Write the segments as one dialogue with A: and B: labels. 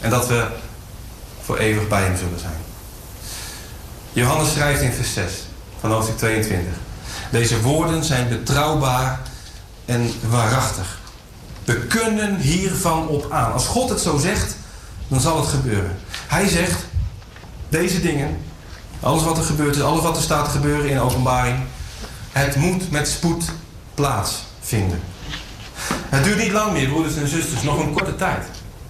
A: En dat we voor eeuwig bij hem zullen zijn. Johannes schrijft in vers 6 van hoofdstuk 22. Deze woorden zijn betrouwbaar en waarachtig. We kunnen hiervan op aan. Als God het zo zegt, dan zal het gebeuren. Hij zegt, deze dingen, alles wat er gebeurt is, alles wat er staat te gebeuren in Openbaring, het moet met spoed plaatsvinden. Het duurt niet lang meer, broeders en zusters, nog een korte tijd.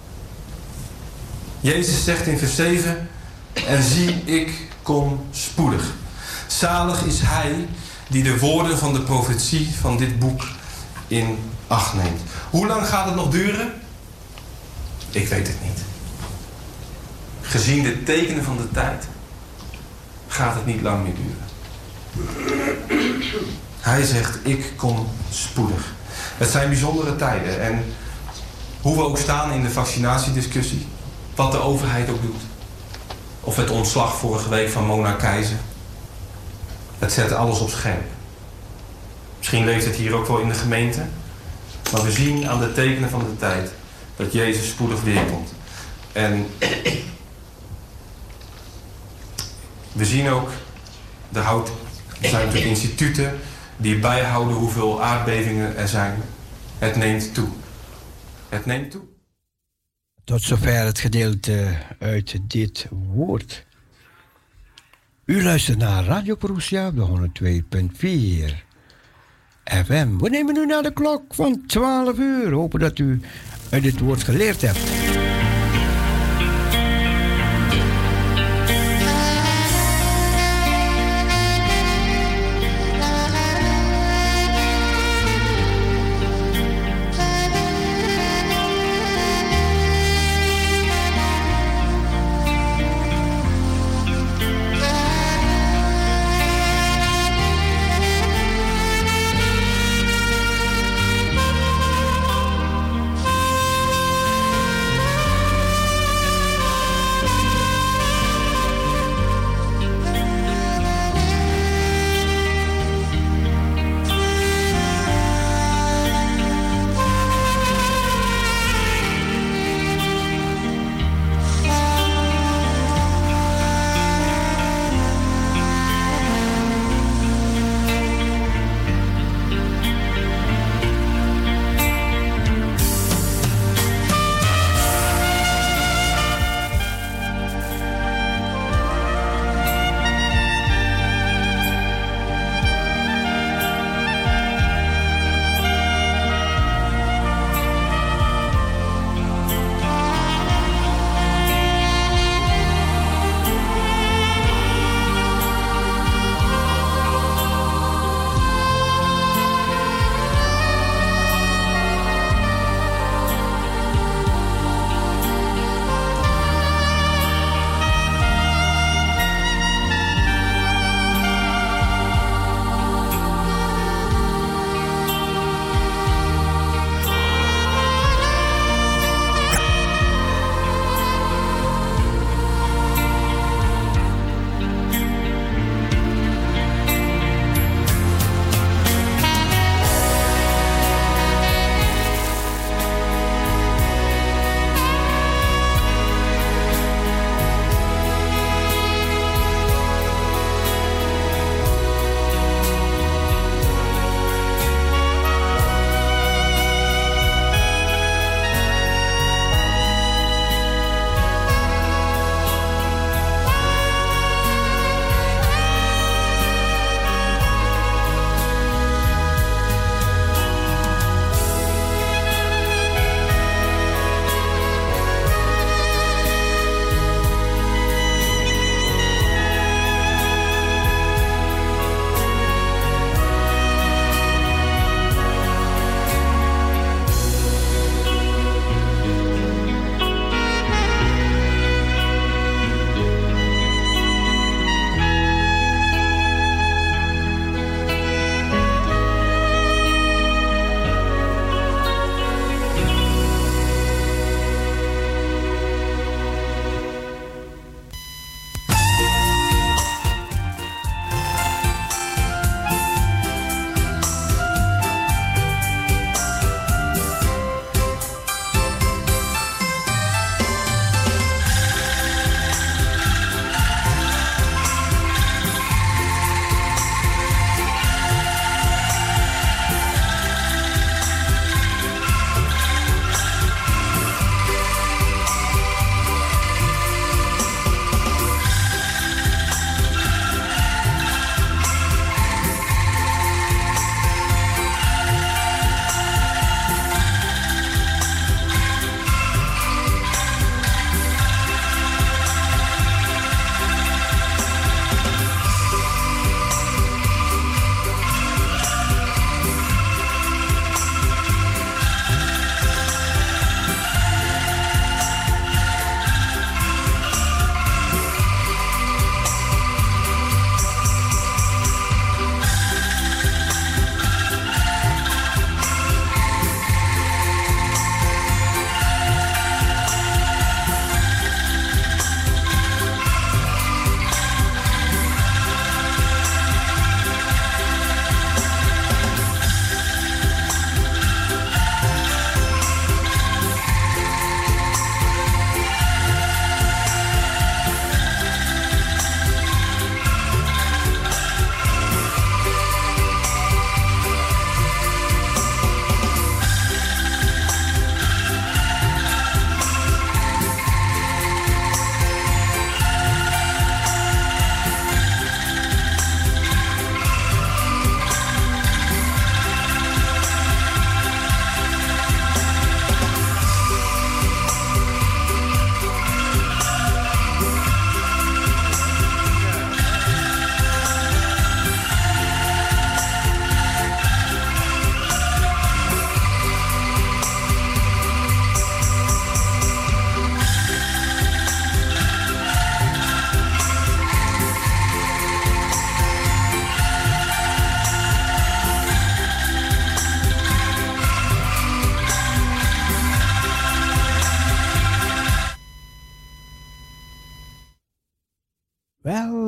A: Jezus zegt in vers 7, en zie, ik kom spoedig. Zalig is hij die de woorden van de profetie van dit boek in acht neemt. Hoe lang gaat het nog duren? Ik weet het niet. Gezien de tekenen van de tijd gaat het niet lang meer duren. Hij zegt, ik kom spoedig. Het zijn bijzondere tijden. En hoe we ook staan in de vaccinatiediscussie, wat de overheid ook doet. Of het ontslag vorige week van Mona Keizer. Het zet alles op scherp. Misschien leeft het hier ook wel in de gemeente. Maar we zien aan de tekenen van de tijd dat Jezus spoedig weerkomt. En we zien ook, er zijn natuurlijk instituten die bijhouden hoeveel aardbevingen er zijn. Het neemt toe. Het neemt toe.
B: Tot zover het gedeelte uit dit woord. U luistert naar Radio Parousia op de 102.4 FM. We nemen nu naar de klok van 12 uur. Hopen dat u uit dit woord geleerd hebt.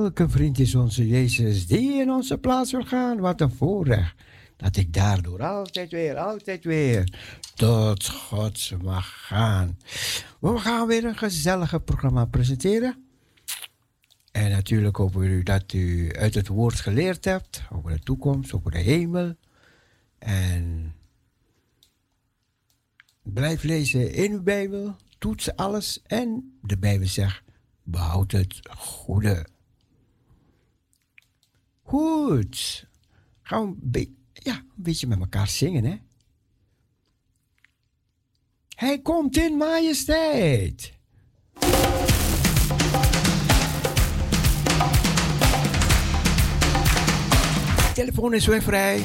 B: Welke vriend is onze Jezus die in onze plaats wil gaan? Wat een voorrecht. Dat ik daardoor altijd weer tot God mag gaan. We gaan weer een gezellige programma presenteren. En natuurlijk hopen we dat u uit het woord geleerd hebt. Over de toekomst, over de hemel. En blijf lezen in uw Bijbel. Toets alles. En de Bijbel zegt, behoud het goede. Goed. Gaan we een beetje met elkaar zingen, hè? Hij komt in majesteit. Telefoon is weer vrij.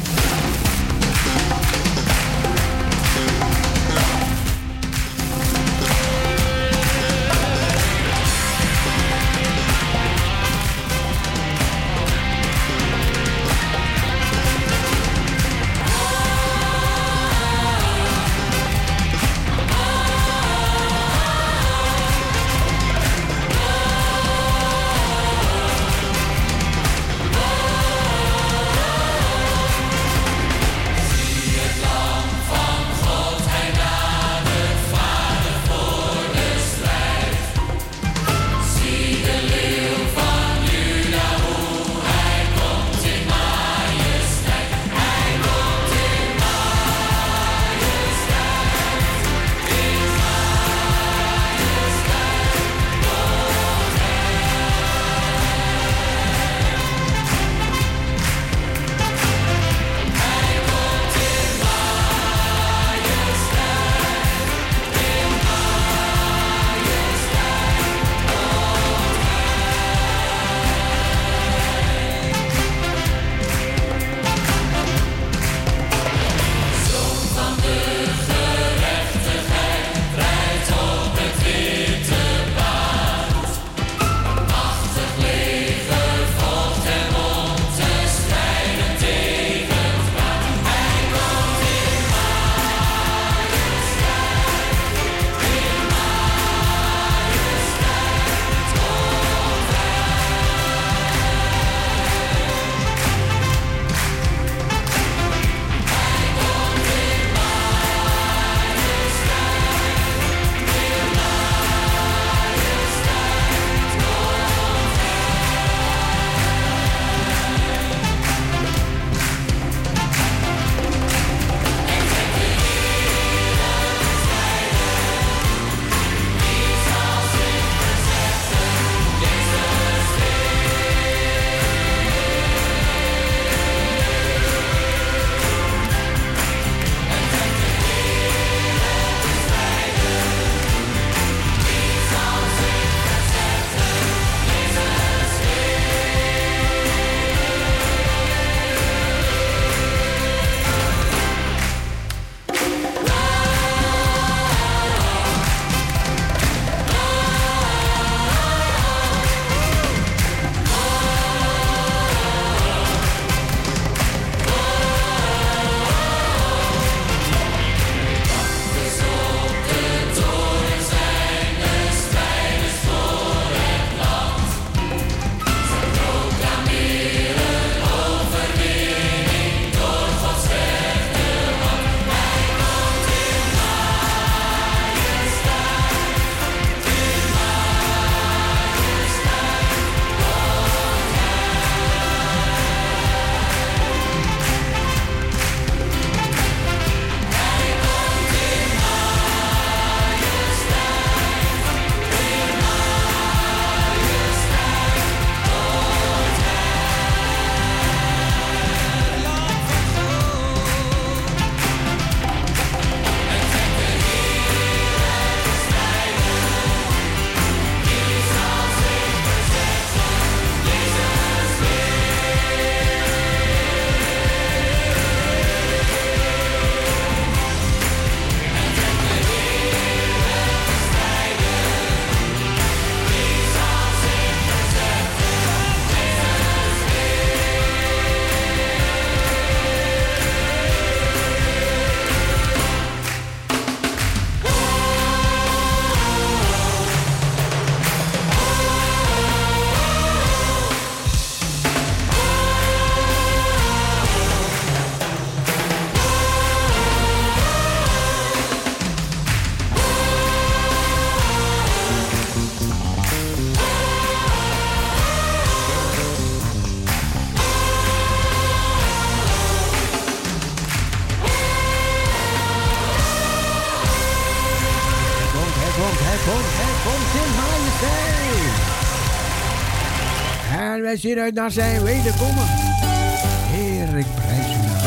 B: komt in majesteit. En wij zien uit naar zijn wederkomen. Heer, ik prijs u naam.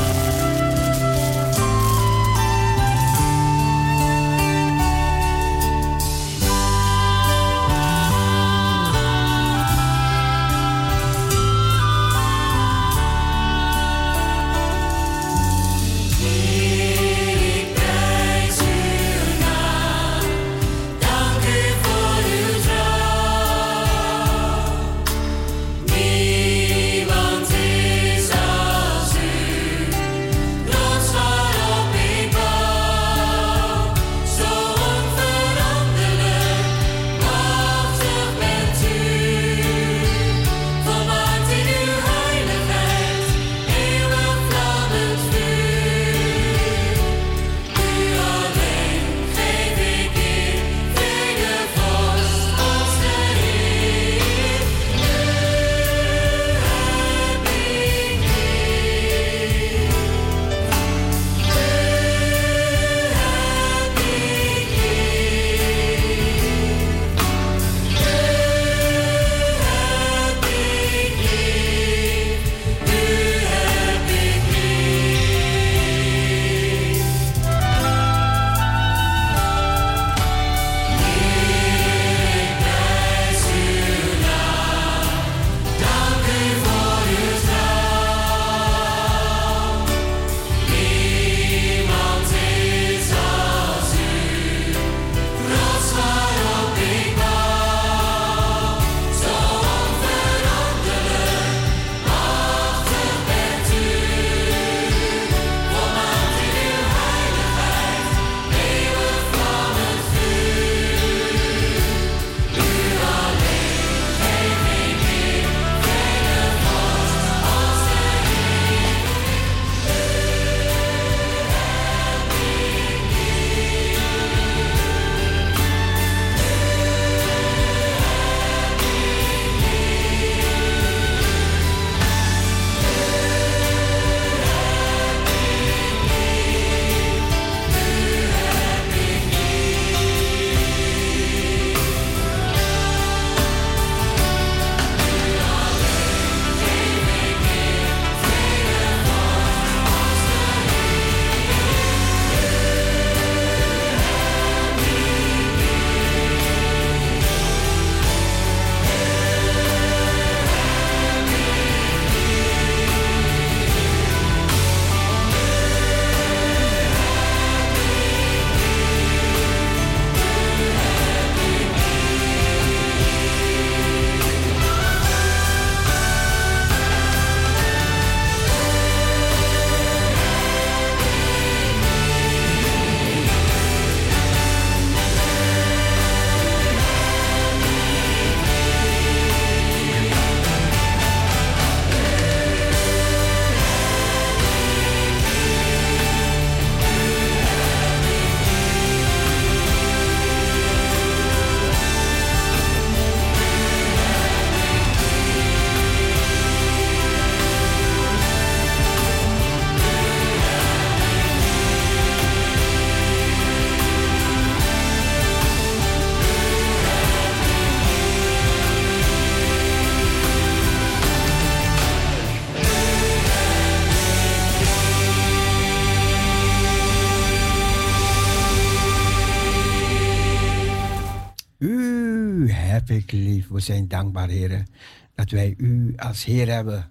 B: Ik lief, we zijn dankbaar, Heer, dat wij u als Heer hebben.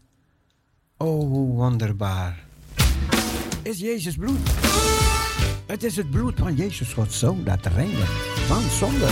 B: Oh, hoe wonderbaar is Jezus bloed. Het is het bloed van Jezus, Gods Zoon, dat reinigt van zonde.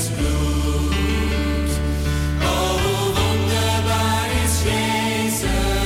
C: Jesus.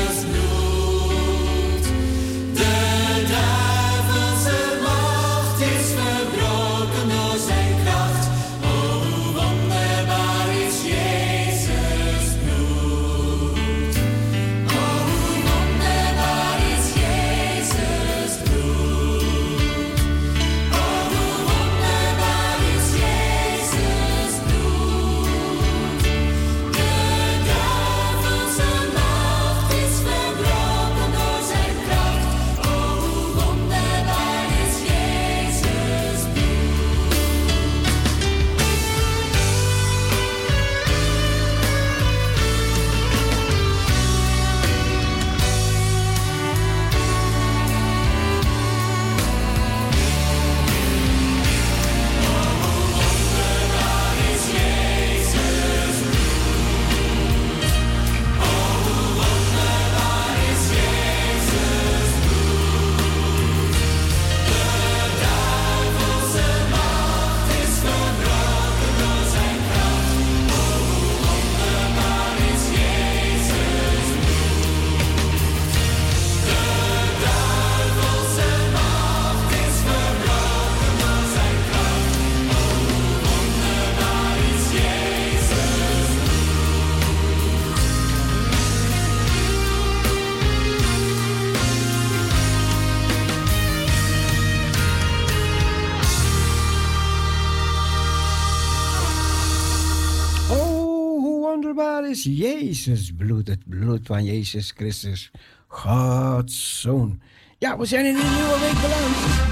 B: onfeilbaar is Jezus bloed, het bloed van Jezus Christus, Gods Zoon. Ja, we zijn in een nieuwe week beland.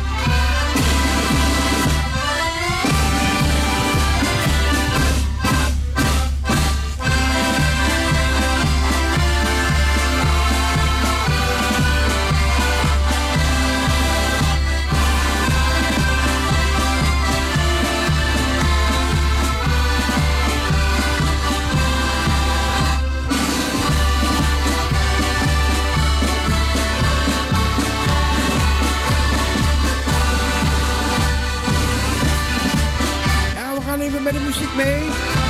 B: Met de muziek mee.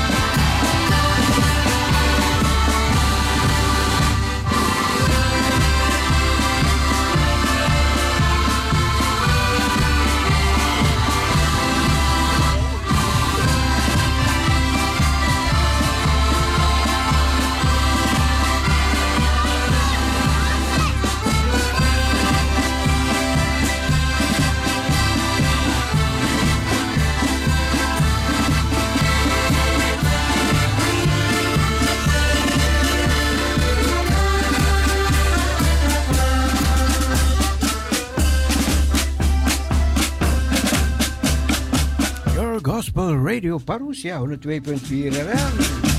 B: Gospel Radio Parousia 102.4 FM.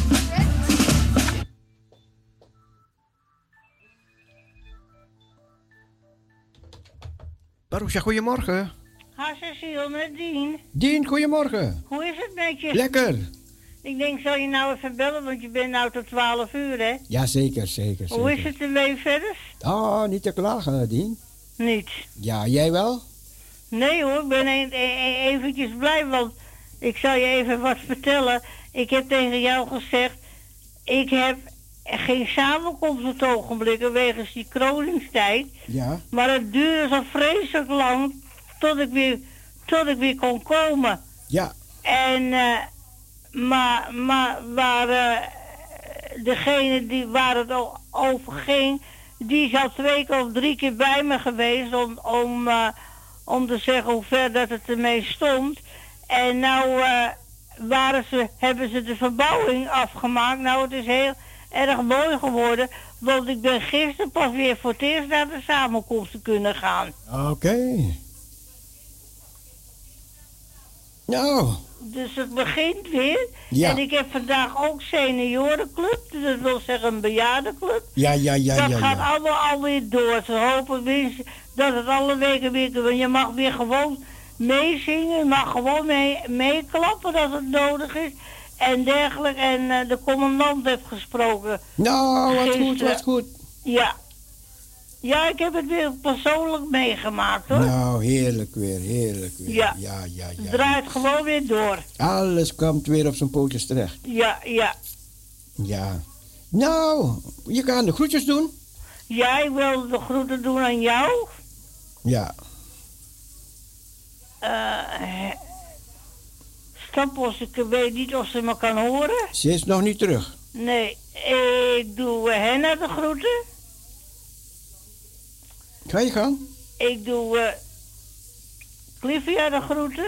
B: Parousia, goedemorgen.
C: Ha, Cecile, met Dien.
B: Dien, goedemorgen.
C: Hoe is het met je?
B: Lekker.
C: Ik denk, zal je nou even bellen, want je bent nou tot 12 uur, hè?
B: Ja, zeker, zeker.
C: Hoe is het ermee verder?
B: Oh, niet te klagen, Dien.
C: Niet?
B: Ja, jij wel?
C: Nee hoor, ik ben eventjes blij, want ik zal je even wat vertellen. Ik heb tegen jou gezegd, ik heb geen samenkomst op het ogenblik wegens die kroningstijd.
B: Ja.
C: Maar het duurde zo vreselijk lang tot ik weer kon komen.
B: Ja.
C: En, maar degene waar het over ging, die is al 2 of 3 keer bij me geweest om te zeggen hoe ver dat het ermee stond. En nou hebben ze de verbouwing afgemaakt. Nou, het is heel erg mooi geworden. Want ik ben gisteren pas weer voor het eerst naar de samenkomst kunnen gaan.
B: Oké. Nou.
C: Dus het begint weer.
B: Ja.
C: En ik heb vandaag ook seniorenclub. Dus dat wil zeggen een bejaardenclub.
B: Ja.
C: Dat gaat allemaal alweer door. Ze hopen mensen dat het alle weken weer... Want je mag weer gewoon meezingen. Je mag gewoon meeklappen als het nodig is. En dergelijke. En de commandant heeft gesproken.
B: Nou, wat goed.
C: Ja. Ja, ik heb het weer persoonlijk meegemaakt, hoor.
B: Nou, heerlijk weer.
C: Ja. Het draait gewoon weer door.
B: Alles komt weer op zijn pootjes terecht.
C: Ja.
B: Ja. Nou, je kan de groetjes doen.
C: Ja, ik wil de groeten doen aan jou.
B: Ja.
C: Stampos, ik weet niet of ze me kan horen.
B: Ze is nog niet terug.
C: Nee, ik doe Henna de groeten.
B: Ga je gang.
C: Ik doe Cliffia de groeten.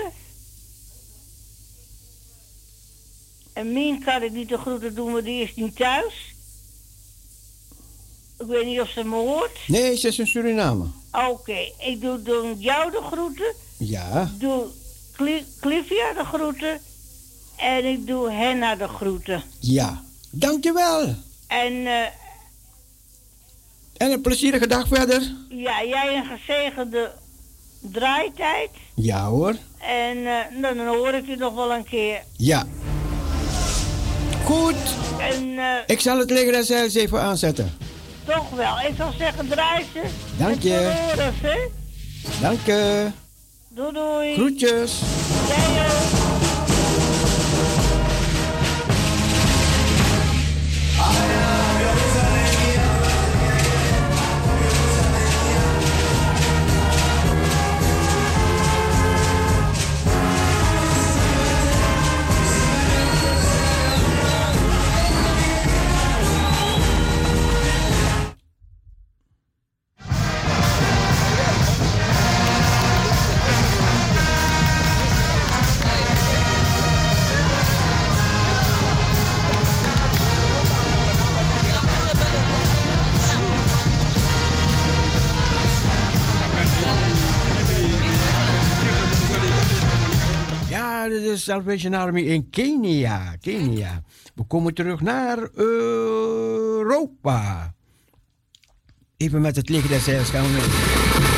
C: En Mien kan ik niet de groeten doen, maar die is niet thuis. Ik weet niet of ze me hoort.
B: Nee, ze is in Suriname.
C: Oké, ik doe jou de groeten.
B: Ja.
C: Doe Cliffia de groeten. En ik doe Henna de groeten.
B: Ja, dankjewel.
C: En
B: een plezierige dag verder.
C: ja, jij een gezegende draaitijd.
B: Ja hoor.
C: En dan hoor ik je nog wel een keer.
B: Ja. Goed.
C: En
B: ik zal het leger en zeil even aanzetten.
C: toch wel. Ik zou zeggen, draai ze.
B: Dank je. Dank je.
C: Doei.
B: Groetjes.
C: Jij ook.
B: Salvation Army in Kenia. We komen terug naar Europa. Even met het leger des Heils gaan we mee.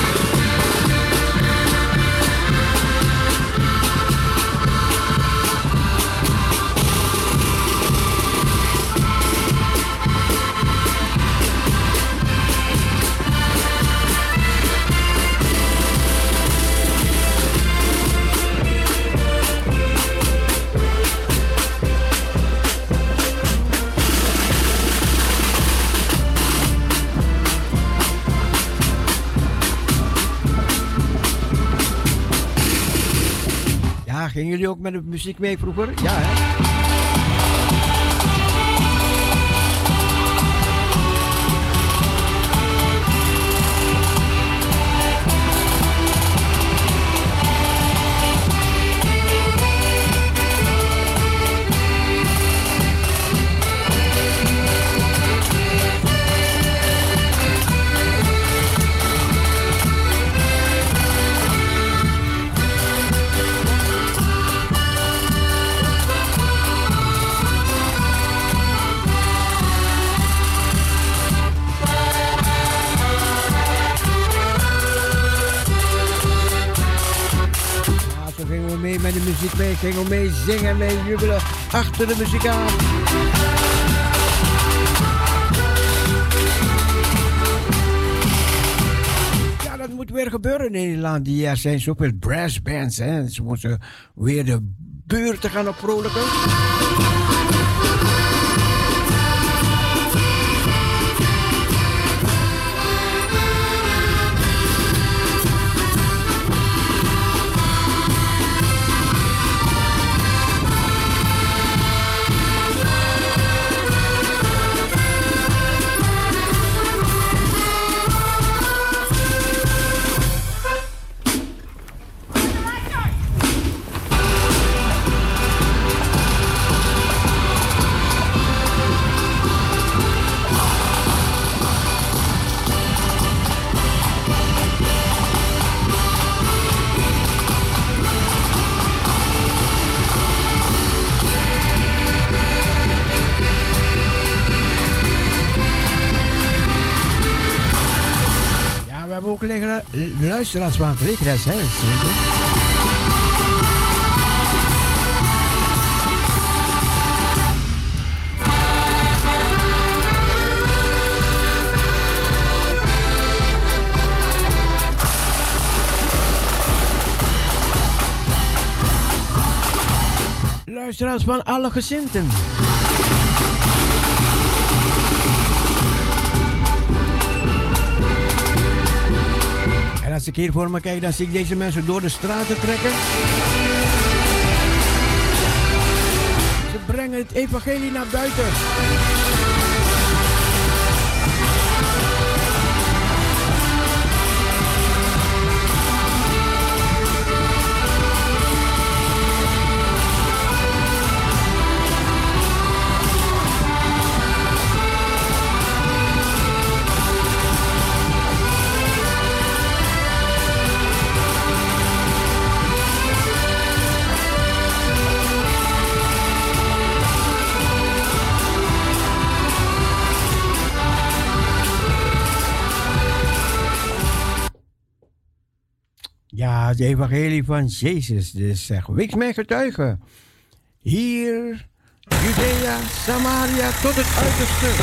B: Gingen jullie ook met de muziek mee vroeger? Ja, hè? Met de muziek mee, gingen we mee zingen, mee jubelen, achter de muziek aan. Ja, dat moet weer gebeuren in Nederland. Er zijn zoveel brassbands, hè. Ze moeten weer de buurten gaan opvrolijken. Luisteraars van het leger des Heils. Luisteraars van alle gezinten. Als ik hier voor me kijk, dan zie ik deze mensen door de straten trekken. Ze brengen het evangelie naar buiten. Ja, het evangelie van Jezus. Dus zeg, wees mijn getuige. Hier, Judea, Samaria, tot het uiterste.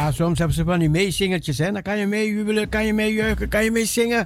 B: Ja, soms hebben ze van die meezingertjes, hè. Dan kan je mee jubelen, kan je mee juichen, kan je mee zingen.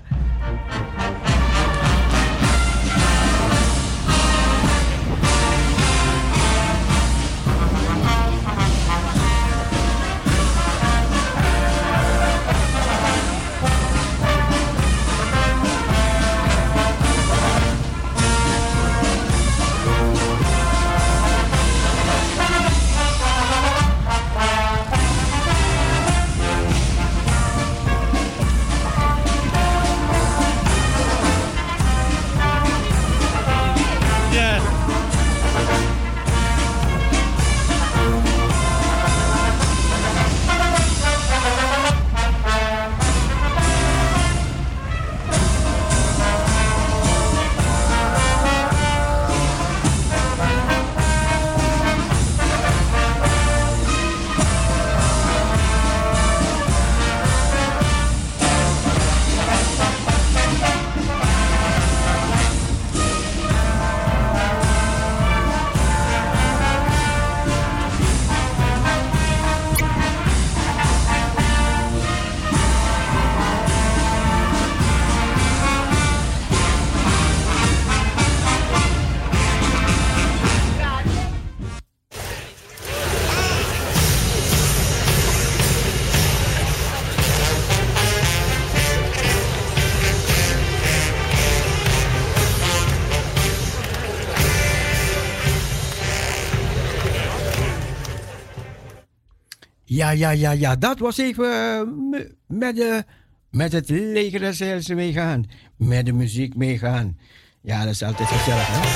B: Ja, dat was even met het leger des Heils meegaan. Met de muziek meegaan. Ja, dat is altijd gezellig, hè?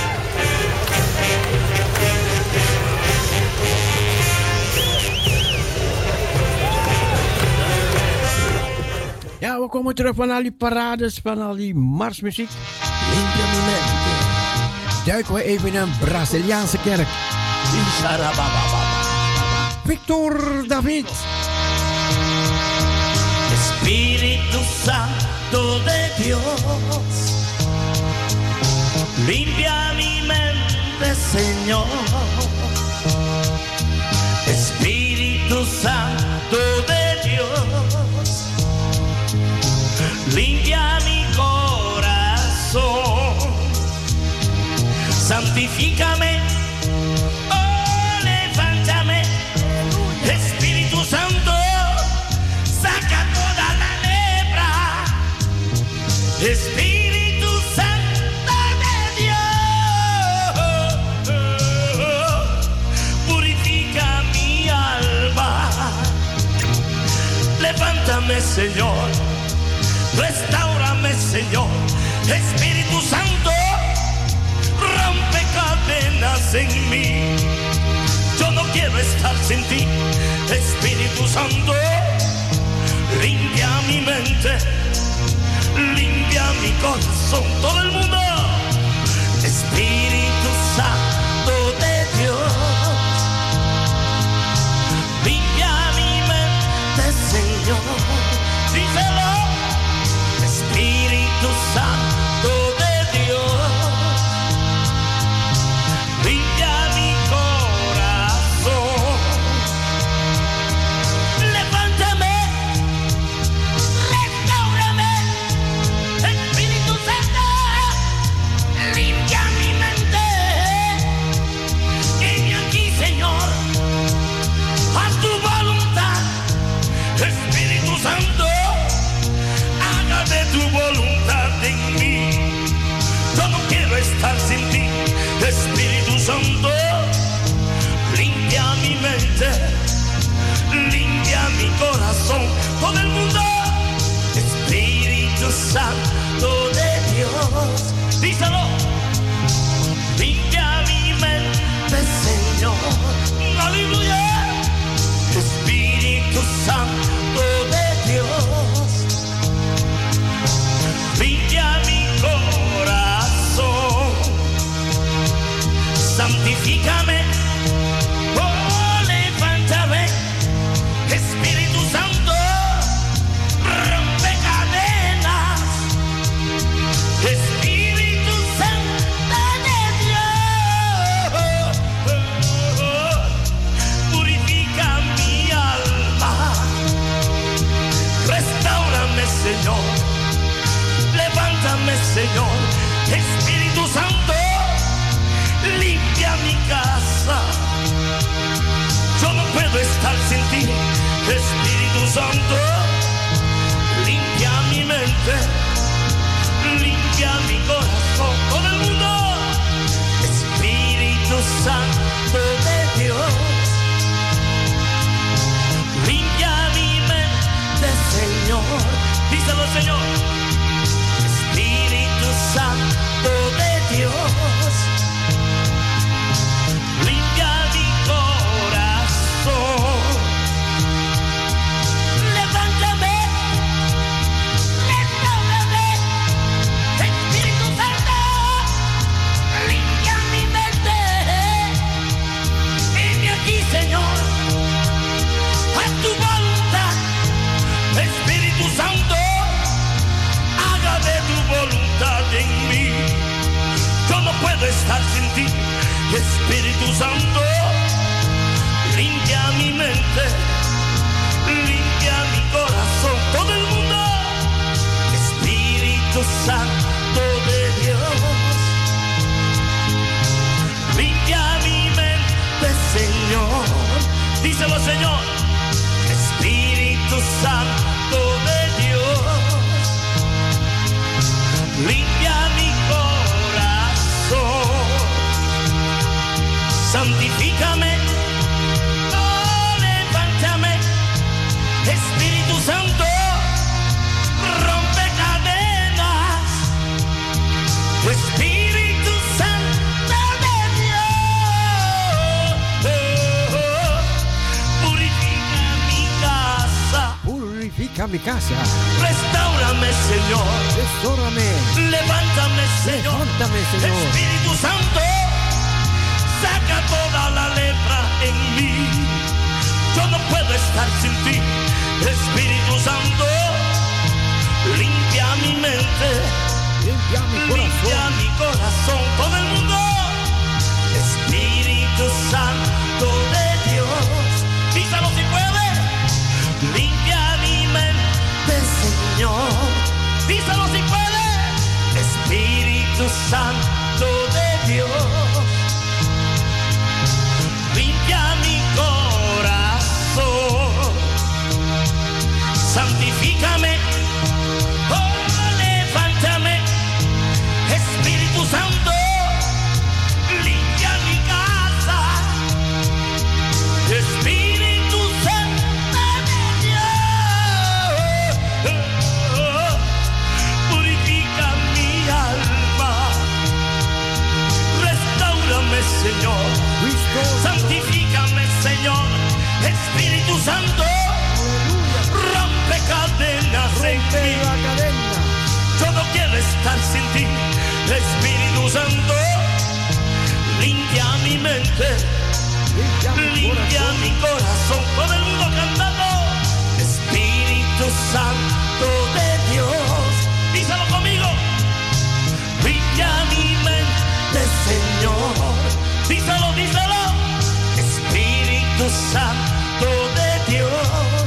B: Ja, we komen terug van al die parades, van al die marsmuziek. Duiken we even in een Braziliaanse kerk. Victor David.
D: Espíritu Santo de Dios, limpia mi mente, Señor. Espíritu Santo de Dios, limpia mi corazón. Santifícame. Espíritu Santo de Dios, purifica mi alma. Levántame, Señor, restáurame, Señor. Espíritu Santo, rompe cadenas en mí. Yo no quiero estar sin ti. Espíritu Santo, limpia mi mente, limpia mi corazón, todo el mundo. Espíritu Santo de Dios, limpia mi mente, Señor. Díselo. Espíritu Santo de Dios, limpia mi corazón. Levántame. Limpia mi mente, Señor. Levántame, Señor. Espíritu Santo, limpia mi casa. Yo no puedo estar sin ti. Espíritu Santo, limpia mi mente, limpia mi corazón. Todo el mundo. Espíritu Santo de Dios, limpia mi mente, Señor. Díselo, Señor. Espíritu Santo de Dios, limpia mi corazón. Levántame, levántame. Espíritu Santo, limpia mi mente. Heme aquí, Señor, a tu voluntad. Espíritu Santo, haga de tu voluntad en mí. Yo no puedo estar sin ti. Espíritu Santo, limpia mi mente, limpia mi corazón. Todo el mundo. Espíritu Santo de Dios, limpia mi mente, Señor. Díselo, Señor. Espíritu Santo de Dios, limpia mi corazón. Santifícame, oh, levántame. Espíritu Santo, rompe cadenas. Espíritu Santo de Dios, purifica mi casa.
B: Purifica mi casa.
D: Restáurame, Señor.
B: Restaurame.
D: Levántame, Señor.
B: Levántame, Señor.
D: Espíritu Santo, saca toda la lepra en mí. Yo no puedo estar sin ti. Espíritu Santo, limpia mi mente,
B: Limpia mi
D: limpia
B: corazón.
D: mi corazón. Todo el mundo. Espíritu Santo de Dios, díselo si puede. Limpia mi mente, Señor. Díselo si puede. Espíritu Santo de Dios, limpia mi corazón. Santifícame, oh, levántame. Espíritu Santo, limpia mi casa. Espíritu Santo de Dios, purifica mi alma. Restáurame, Señor. Santifícame, Señor. Espíritu Santo, rompe cadenas en mí.
B: La cadena.
D: Yo no quiero estar sin ti. Espíritu Santo, limpia mi mente, limpia mi corazón. Todo el mundo cantando. Espíritu Santo de Dios, díselo conmigo. Limpia mi mente, Señor. Díselo, díselo. Espíritu Santo de Dios.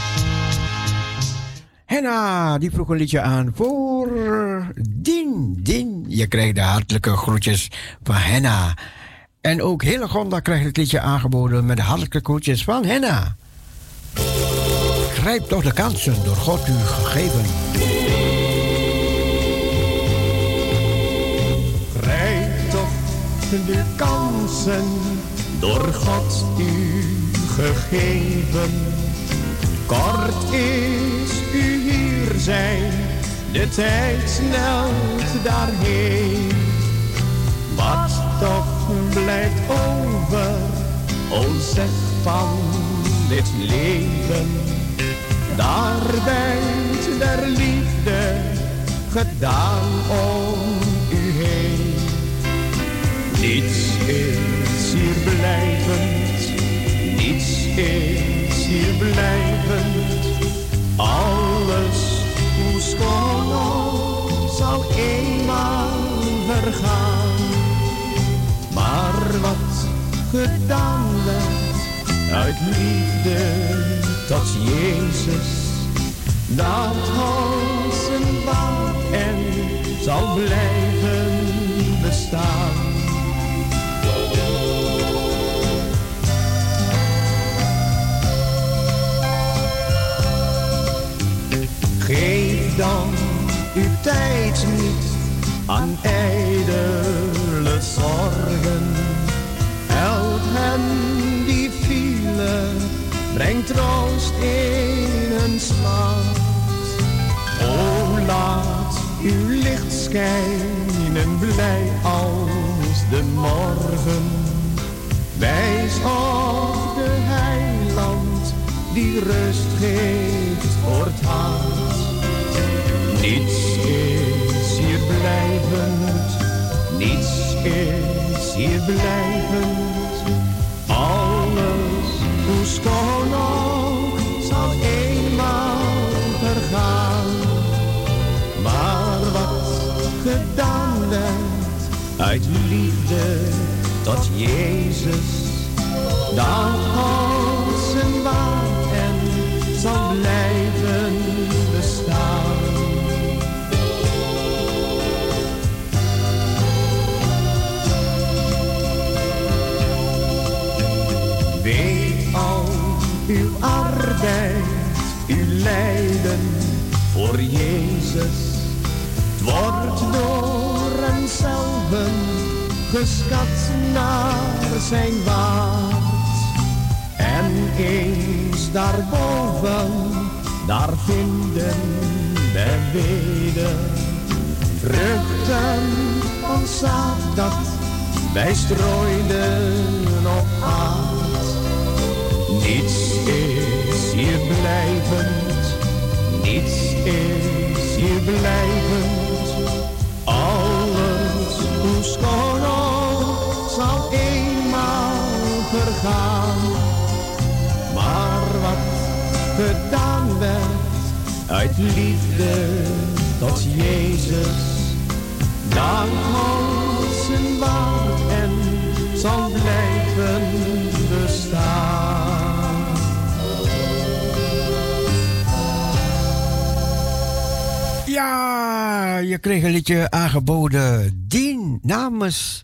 B: Henna, die vroeg een liedje aan voor Dien. Dien, je krijgt de hartelijke groetjes van Henna. En ook Hillegonda krijgt het liedje aangeboden met de hartelijke groetjes van Henna. Grijp toch de kansen door God u gegeven.
E: Grijp toch de kansen door God u gegeven. Kort is u hier zijn, de tijd snelt daarheen. Wat toch blijft over, o zeg van dit leven. Daar bent der liefde gedaan om u heen. Niets is hier blijvend, niets is hier blijvend. Alles hoe schoon ook zal eenmaal vergaan. Maar wat gedaan werd uit liefde tot Jezus, dat als een waard en zal blijven bestaan. Geef dan uw tijd niet aan ijdele zorgen. Help hen die vielen, breng troost in hun smart. O, laat uw licht schijnen, blij als de morgen. Wijs op de heiland, die rust geeft voor het hart. Niets is hier blijvend, niets is hier blijvend. Alles, hoe schoon ook, zal eenmaal vergaan. Maar wat gedaan werd uit liefde tot Jezus, dat als een waard en zal blijven bestaan. Weet al uw arbeid, uw lijden voor Jezus. Het wordt door hem zelven geschat naar zijn waard. En eens daarboven, daar vinden we weder vruchten van zaad dat wij strooiden op aard. Niets is hier blijvend, niets is hier blijvend. Alles, hoe schoon ook, zal eenmaal vergaan. Maar wat gedaan werd uit liefde tot Jezus, dat als een waard en zal blijven bestaan.
B: Ja, je kreeg een liedje aangeboden. Dien namens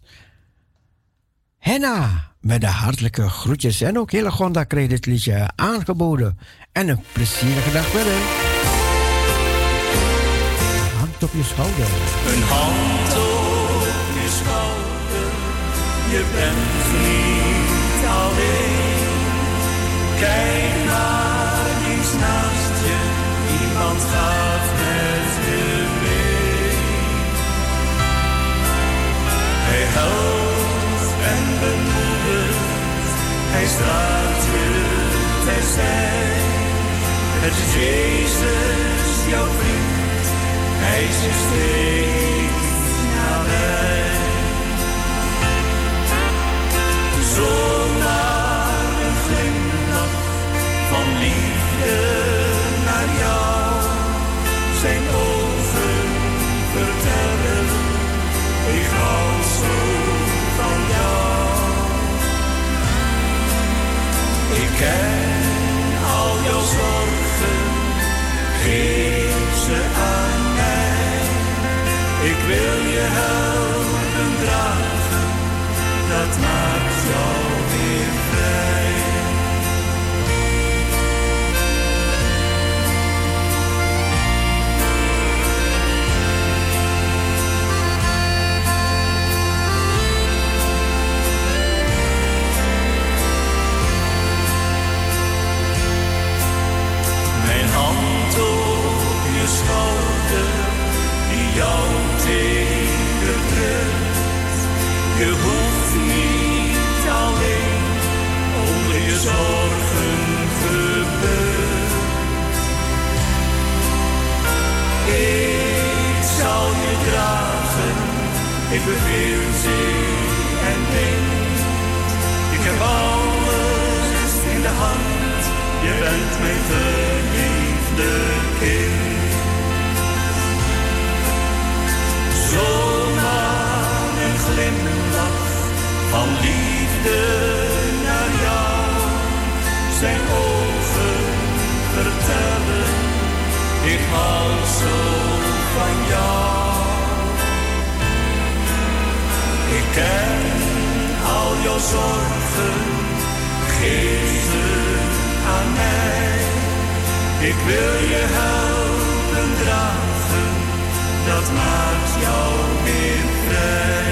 B: Henna. Met de hartelijke groetjes. En ook Hillegonda kreeg dit liedje aangeboden. En een plezierige dag verder. Hand op je schouder.
D: Een hand op je schouder. Je bent niet alleen. Kijk naar links naast je. Iemand gaat met je mee. Hij helpt en bemoedigt. Hij straalt je terzij. Het is Jezus, jouw vriend. Hij is je steeds nabij. Zomaar een glimlach van liefde naar jou. Zijn ogen vertellen, ik hou zo van jou. Ik ken al jouw zorgen, geef ze aan mij. Ik wil je helpen dragen, dat maakt jou weer vrij. Mijn hand op je schouder, die jou tegendrukt. Je hoeft niet alleen onder je zorgen gebukt. Ik zal je dragen, ik beveel zee en wind. Ik heb alles in de hand, je bent mijn geliefde kind. Zomaar een glimlach van liefde naar jou. Zijn ogen vertellen, hou zo van jou. Ik ken al jouw zorgen, geef ze aan mij. Ik wil je helpen dragen, dat maakt jou weer vrij.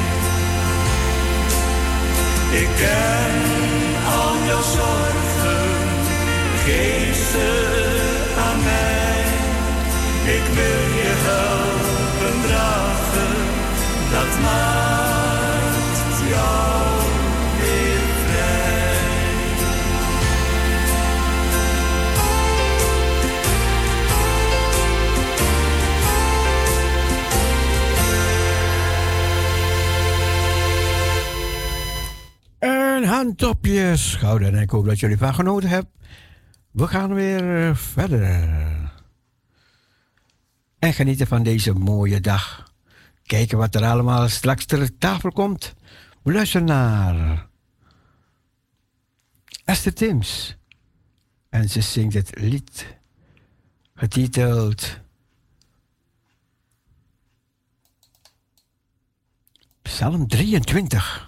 D: Ik ken al jouw zorgen, geef ze aan mij. Ik wil je helpen dragen, dat maakt jou weer vrij.
B: Een hand op je schouder en ik hoop dat jullie van genoten hebben. We gaan weer verder. En genieten van deze mooie dag. Kijken wat er allemaal straks ter tafel komt. We luisteren naar Esther Tims. En ze zingt het lied getiteld Psalm 23.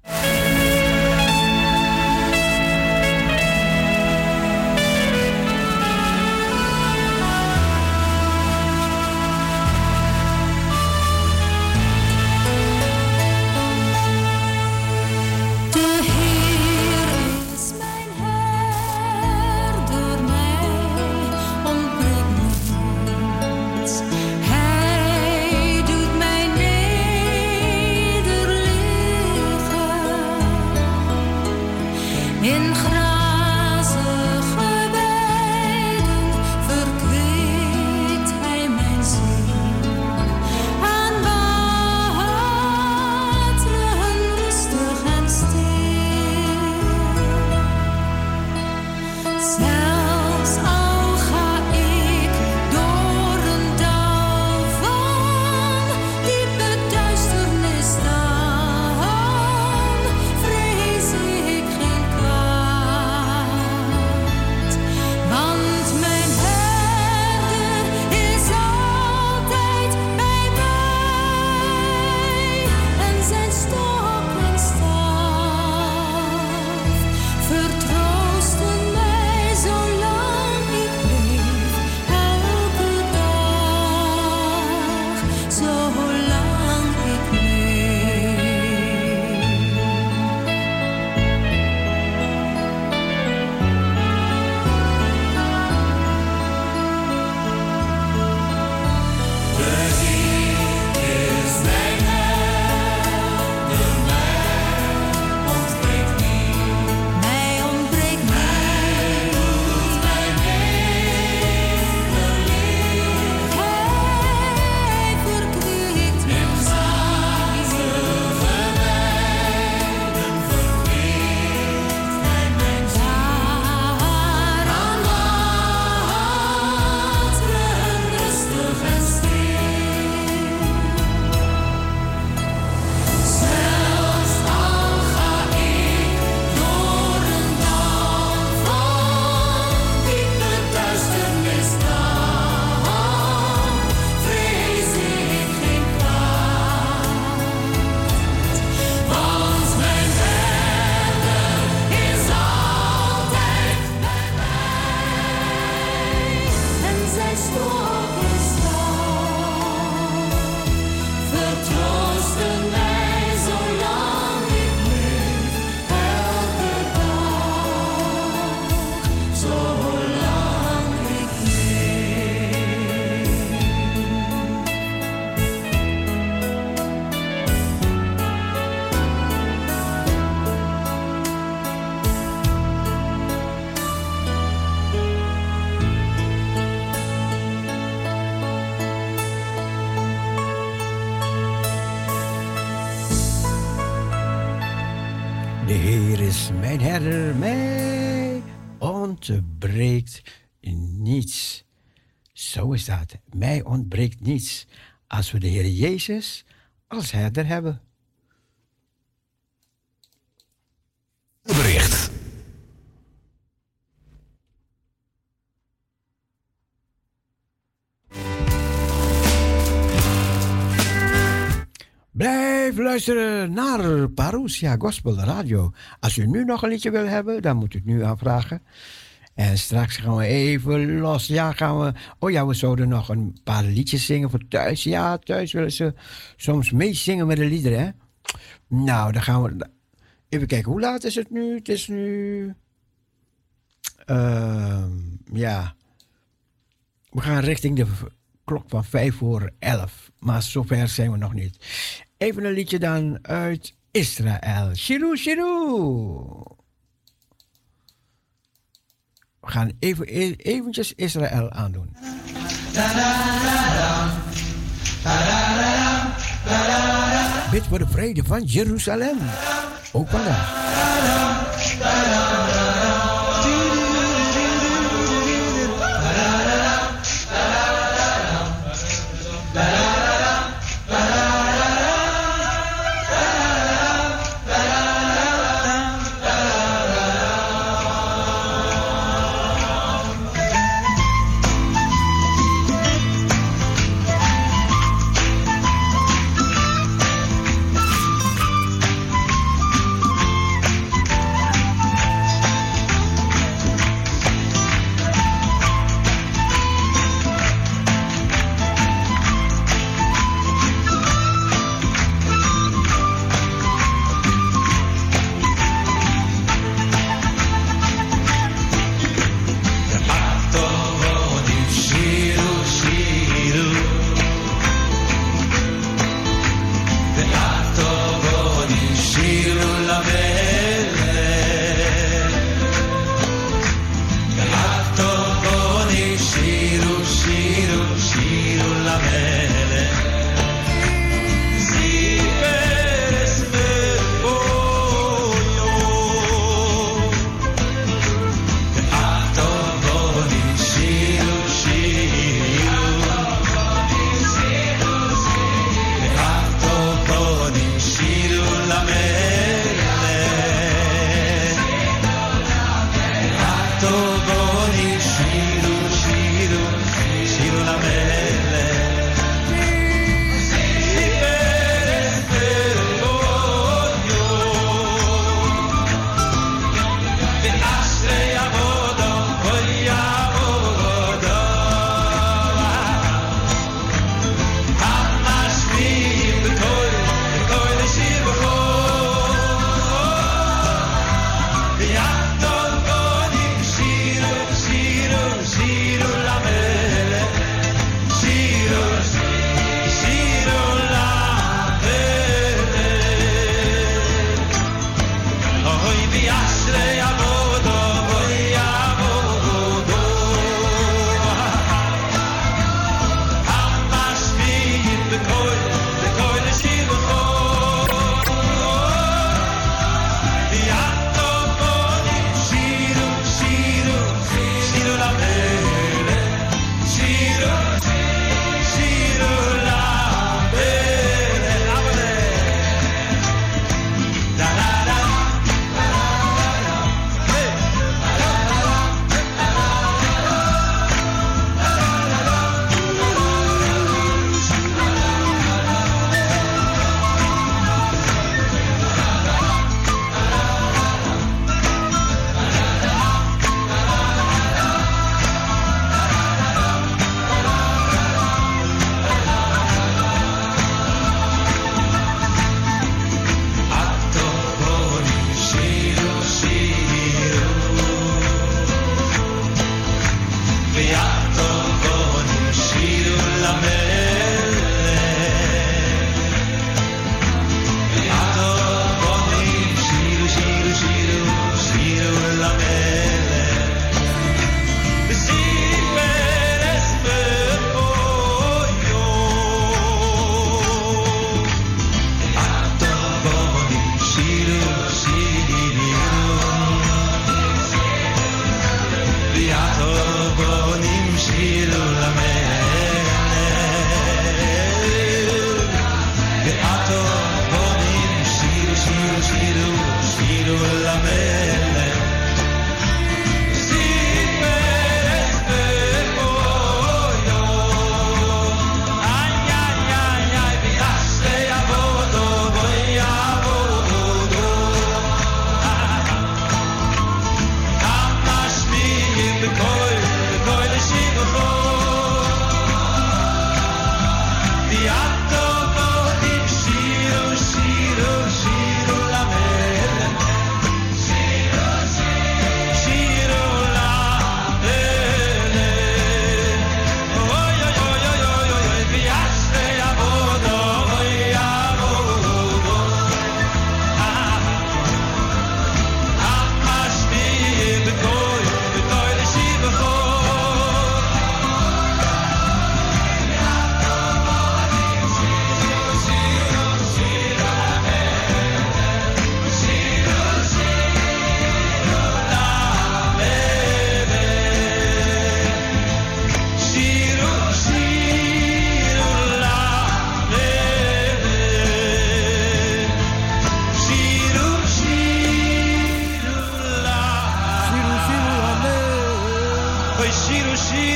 B: De Heer is mijn herder, mij ontbreekt niets. Zo is dat. Mij ontbreekt niets als we de Heer Jezus als herder hebben.
F: Bericht.
B: blijven luisteren naar Parousia Gospel Radio. Als u nu nog een liedje wil hebben, dan moet u het nu aanvragen. En straks gaan we even los. Ja, gaan we... Oh ja, we zouden nog een paar liedjes zingen voor thuis. Ja, thuis willen ze soms meezingen met de liederen, hè. Nou, dan gaan we... Even kijken, hoe laat is het nu? Het is nu... ja... We gaan richting de klok van 11:05. Maar zover zijn we nog niet. Even een liedje dan uit Israël. Shiru, shiru. We gaan eventjes Israël aandoen. Bid voor de vrede van Jeruzalem. Ook vandaag.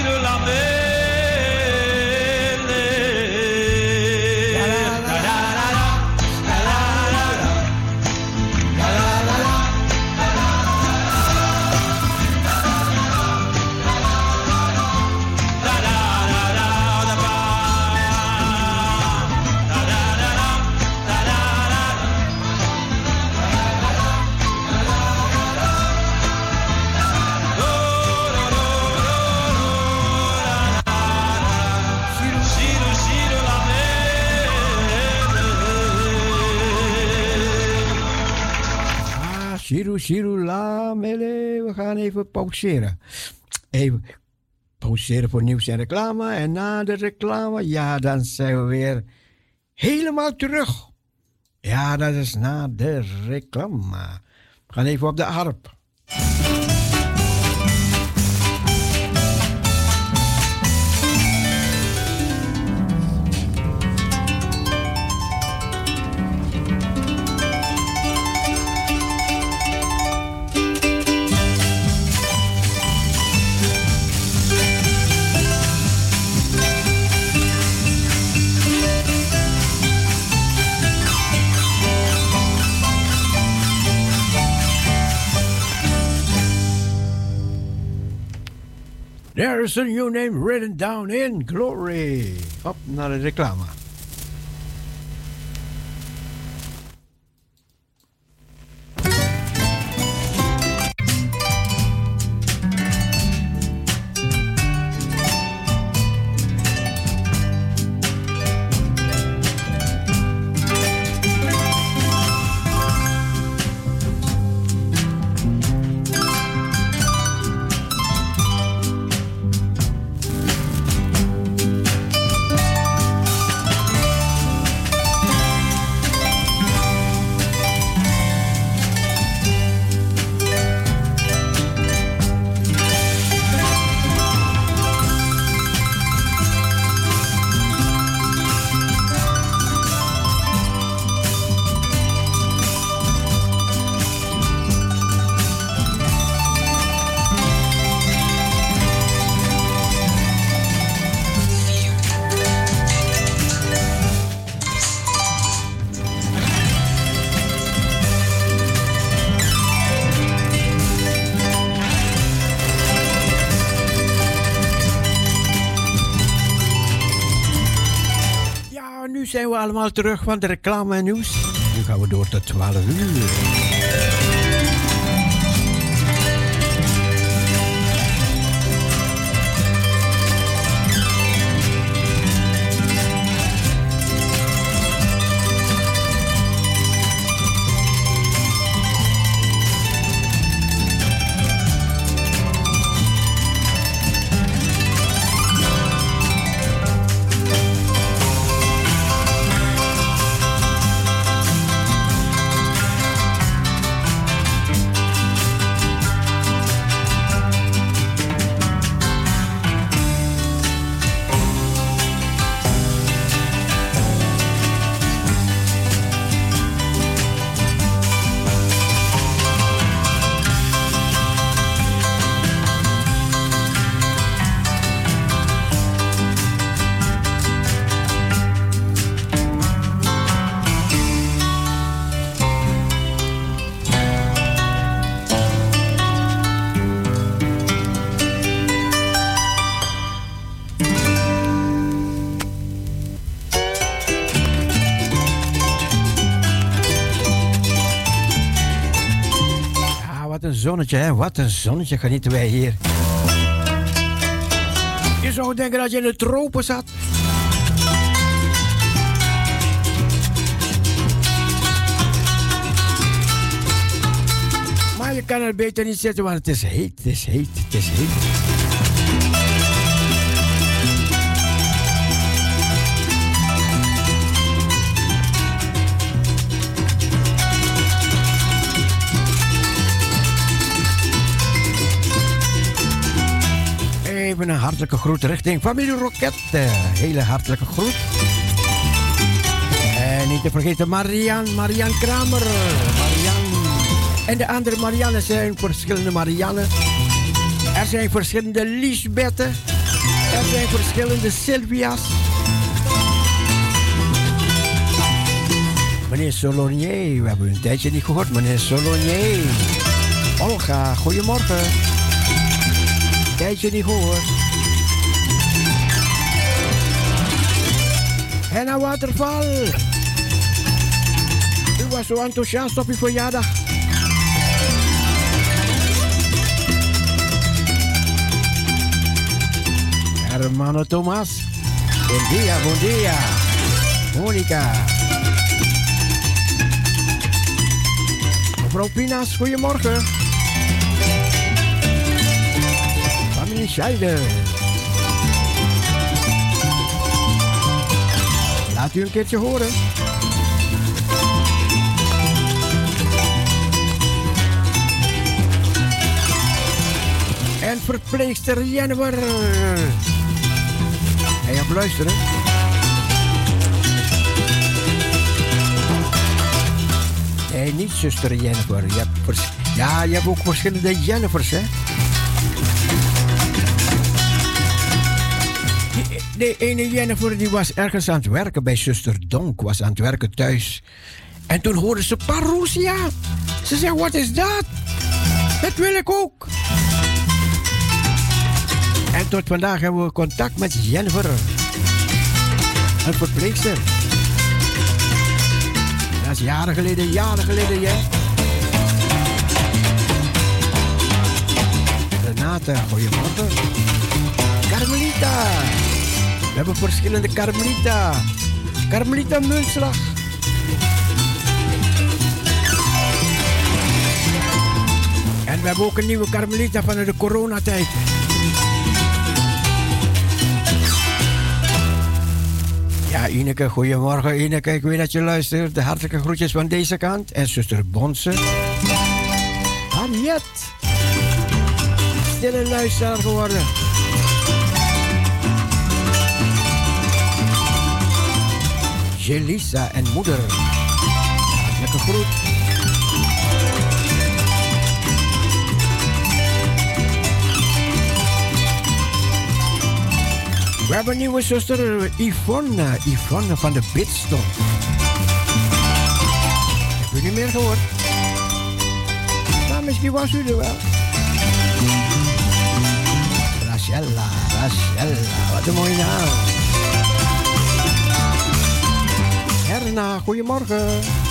D: giro la
B: Shiru la mele. We gaan even pauzeren. Even pauzeren voor nieuws en reclame. En na de reclame, ja, dan zijn we weer helemaal terug. Ja, dat is na de reclame. We gaan even op de harp. There is a new name written down in glory. Op naar de reclame. Zijn we allemaal terug van de reclame en nieuws. Nu gaan we door tot 12 uur. Zonnetje, hè? Wat een zonnetje genieten wij hier. Je zou denken dat je in de tropen zat. Maar je kan er beter niet zitten, want het is heet, het is heet, het is heet. Even een hartelijke groet richting familie Roket. Hele hartelijke groet. En niet te vergeten Marian Kramer. En de andere Marianne zijn verschillende Marianne. Er zijn verschillende Liesbetten. Er zijn verschillende Sylvia's. Meneer Solonier, we hebben u een tijdje niet gehoord. Meneer Solonier. Olga, goedemorgen. Tijdje niet gehoord. Henna Waterval. U was zo enthousiast op uw verjaardag. Hermano Thomas. Bon dia, bon dia. Monica. Mevrouw Pinas, goedemorgen. Familie Scheider. Laat u een keertje horen. En verpleegster Jennifer. Ga je op luisteren? Nee, niet zuster Jennifer. Je hebt ook verschillende Jennifers, hè? De ene Jennifer die was ergens aan het werken bij zuster Donk. Was aan het werken thuis. En toen hoorde ze Parousia. Ze zei, wat is dat? Dat wil ik ook. En tot vandaag hebben we contact met Jennifer. Een verpleegster. Dat is jaren geleden, ja. Renate, goedemorgen. Carmelita. We hebben verschillende Carmelita. Carmelita Muntslag. En we hebben ook een nieuwe Carmelita van de coronatijd. Ja, Ineke, goedemorgen Ineke. Ik weet dat je luistert. De hartelijke groetjes van deze kant. En zuster Bonse. Harriet. Stille luisteraar geworden. Jelisa en moeder. Hartelijke groet. We hebben een nieuwe zuster Yvonne. Yvonne van de Bidstond. Heb je niet meer gehoord? Nou, misschien was u er wel. Rachella. Wat een mooie naam. Herna, goedemorgen.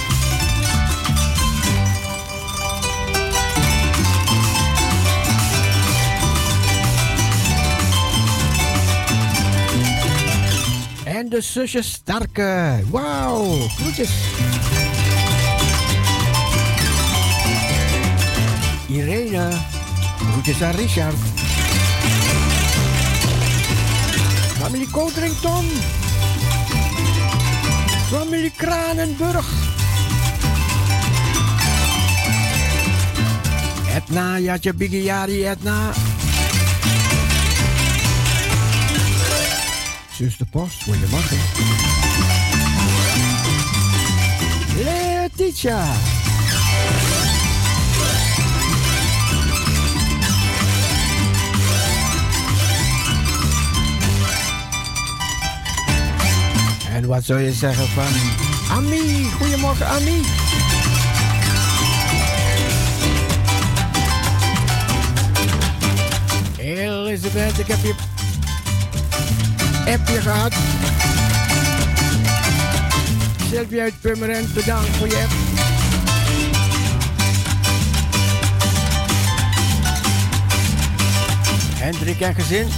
B: En de zusjes Starke. Wauw, groetjes. Irene. Groetjes aan Richard. Familie Codrington. Familie Kranenburg. Edna, Jatje Bigiari, Edna. Zuster Post, goedemorgen. Letitia. En wat zou je zeggen van Ami? Goedemorgen, Ami. Elisabeth, ik heb je appje gehad. Sylvia uit Purmerend, bedankt voor je app. Hendrik en gezin.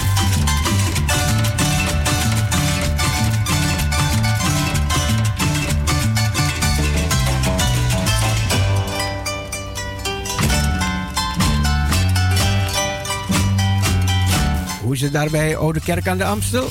B: Hoe is het daar bij Oude Kerk aan de Amstel?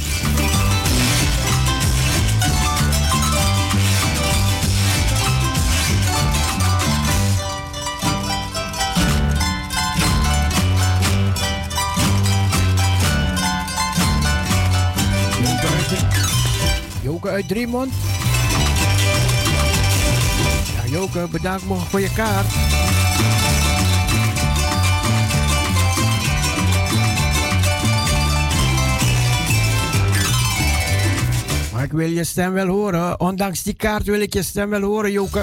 B: Joke uit Driemond. Ja, Joke, bedankt nog voor je kaart. ik wil je stem wel horen. Ondanks die kaart wil ik je stem wel horen, Joke.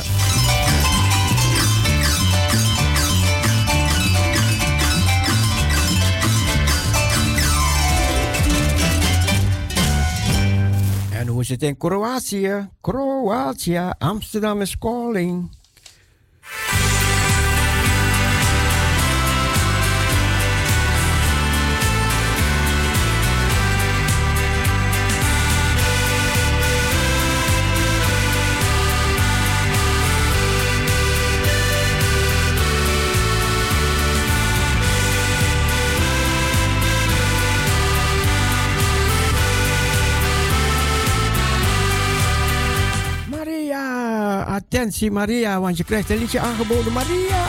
B: En hoe is het in Kroatië? Kroatië, Amsterdam is calling. Attentie Maria, want je krijgt een liedje aangeboden, Maria.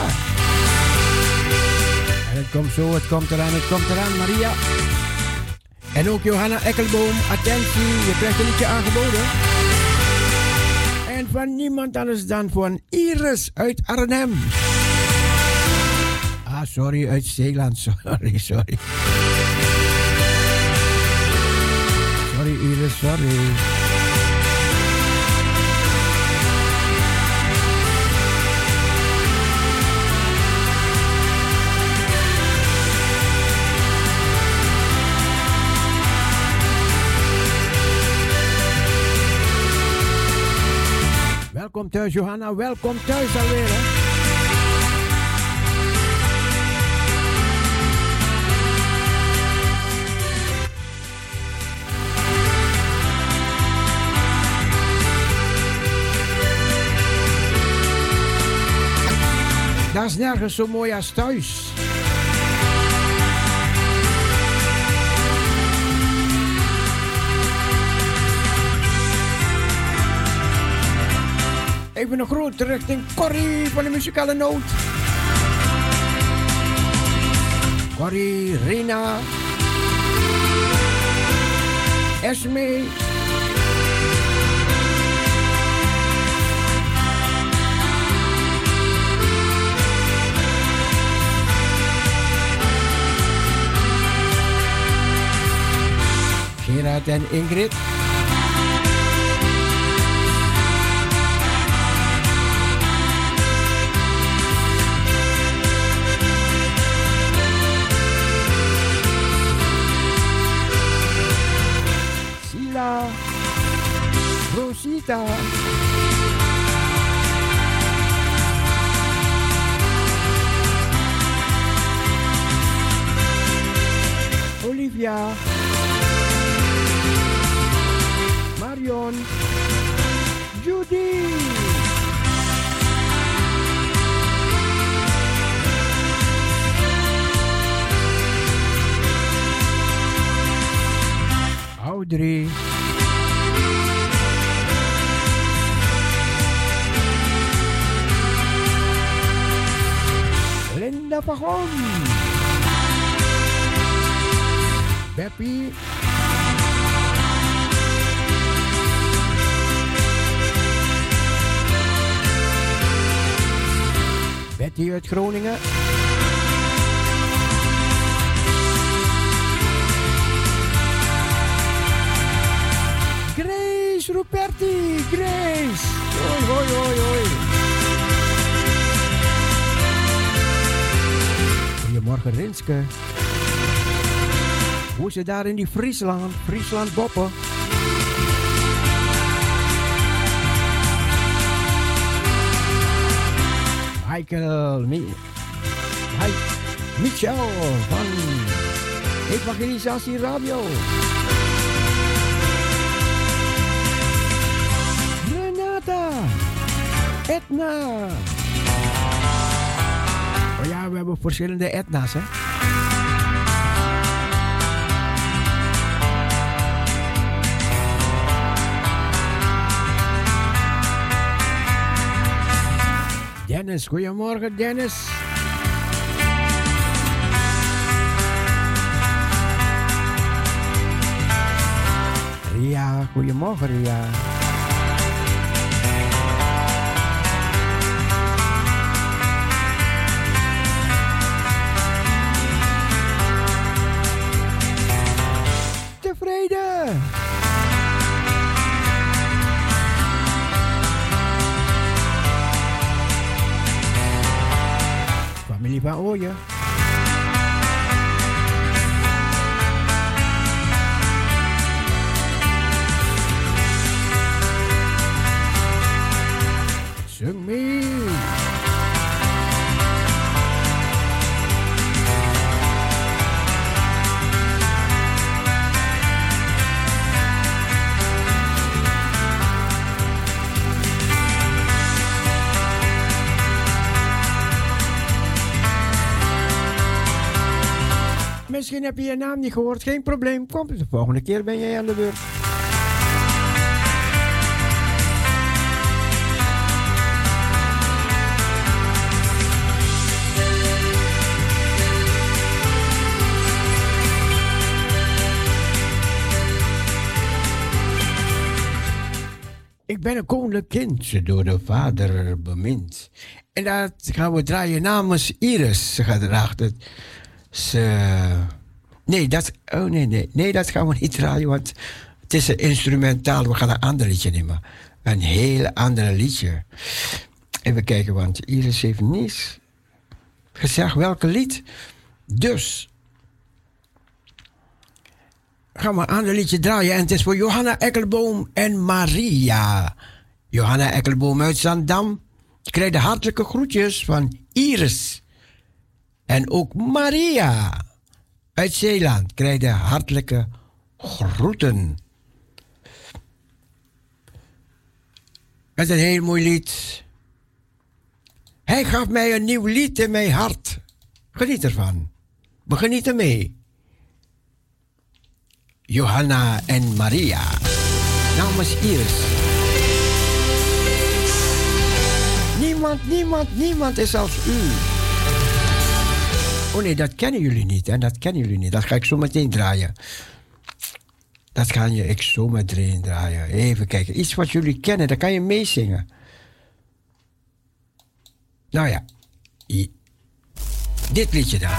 B: En het komt zo, het komt eraan, Maria. En ook Johanna Ekkelboom, attentie, je krijgt een liedje aangeboden. En van niemand anders dan van Iris uit Arnhem. Ah, sorry, uit Zeeland, sorry. Sorry Iris, sorry. Welkom thuis, Johanna. Welkom thuis alweer, hè. Dat is nergens zo mooi als thuis. Even een groot richting Corrie van de muzikale noot. Corrie, Rina, Esme. Gerard en Ingrid. Rosita, Olivia, Marion, Judy, Audrey, Linda Pagon, Beppie, Betty uit Groningen, Grace Ruperti, Grace, hoi hoi hoi hoi. Goedemorgen Rinske. Hoe is het daar in die Friesland boppen? Michel van Evangelisatie Radio. Renata, Edna. Oh ja, we hebben verschillende Edna's, hè. Dennis, goedemorgen Dennis. Ria, goedemorgen Ria. Tevreden. hoor je. Zing mee. Misschien heb je je naam niet gehoord, geen probleem. Kom, de volgende keer ben jij aan de beurt. Ik ben een koninklijk kind, door de Vader bemind. En dat gaan we draaien namens Iris. Ze gaat erachter. Nee, dat gaan we niet draaien, want het is een instrumentaal. We gaan een ander liedje nemen. Een heel ander liedje. Even kijken, want Iris heeft niet gezegd welke lied. Dus gaan we een ander liedje draaien. En het is voor Johanna Eckelboom en Maria. Johanna Eckelboom uit Zandam. Je krijgt de hartelijke groetjes van Iris. En ook Maria uit Zeeland krijgt de hartelijke groeten. Het is een heel mooi lied. Hij gaf mij een nieuw lied in mijn hart. Geniet ervan. We genieten mee. Johanna en Maria. Namens Iris. Niemand is als u. Oh nee, dat kennen jullie niet, hè? Dat kennen jullie niet. Dat ga ik zo meteen draaien. Dat ga ik zo meteen draaien. Even kijken. Iets wat jullie kennen, daar kan je meezingen. Nou ja. Dit liedje dan.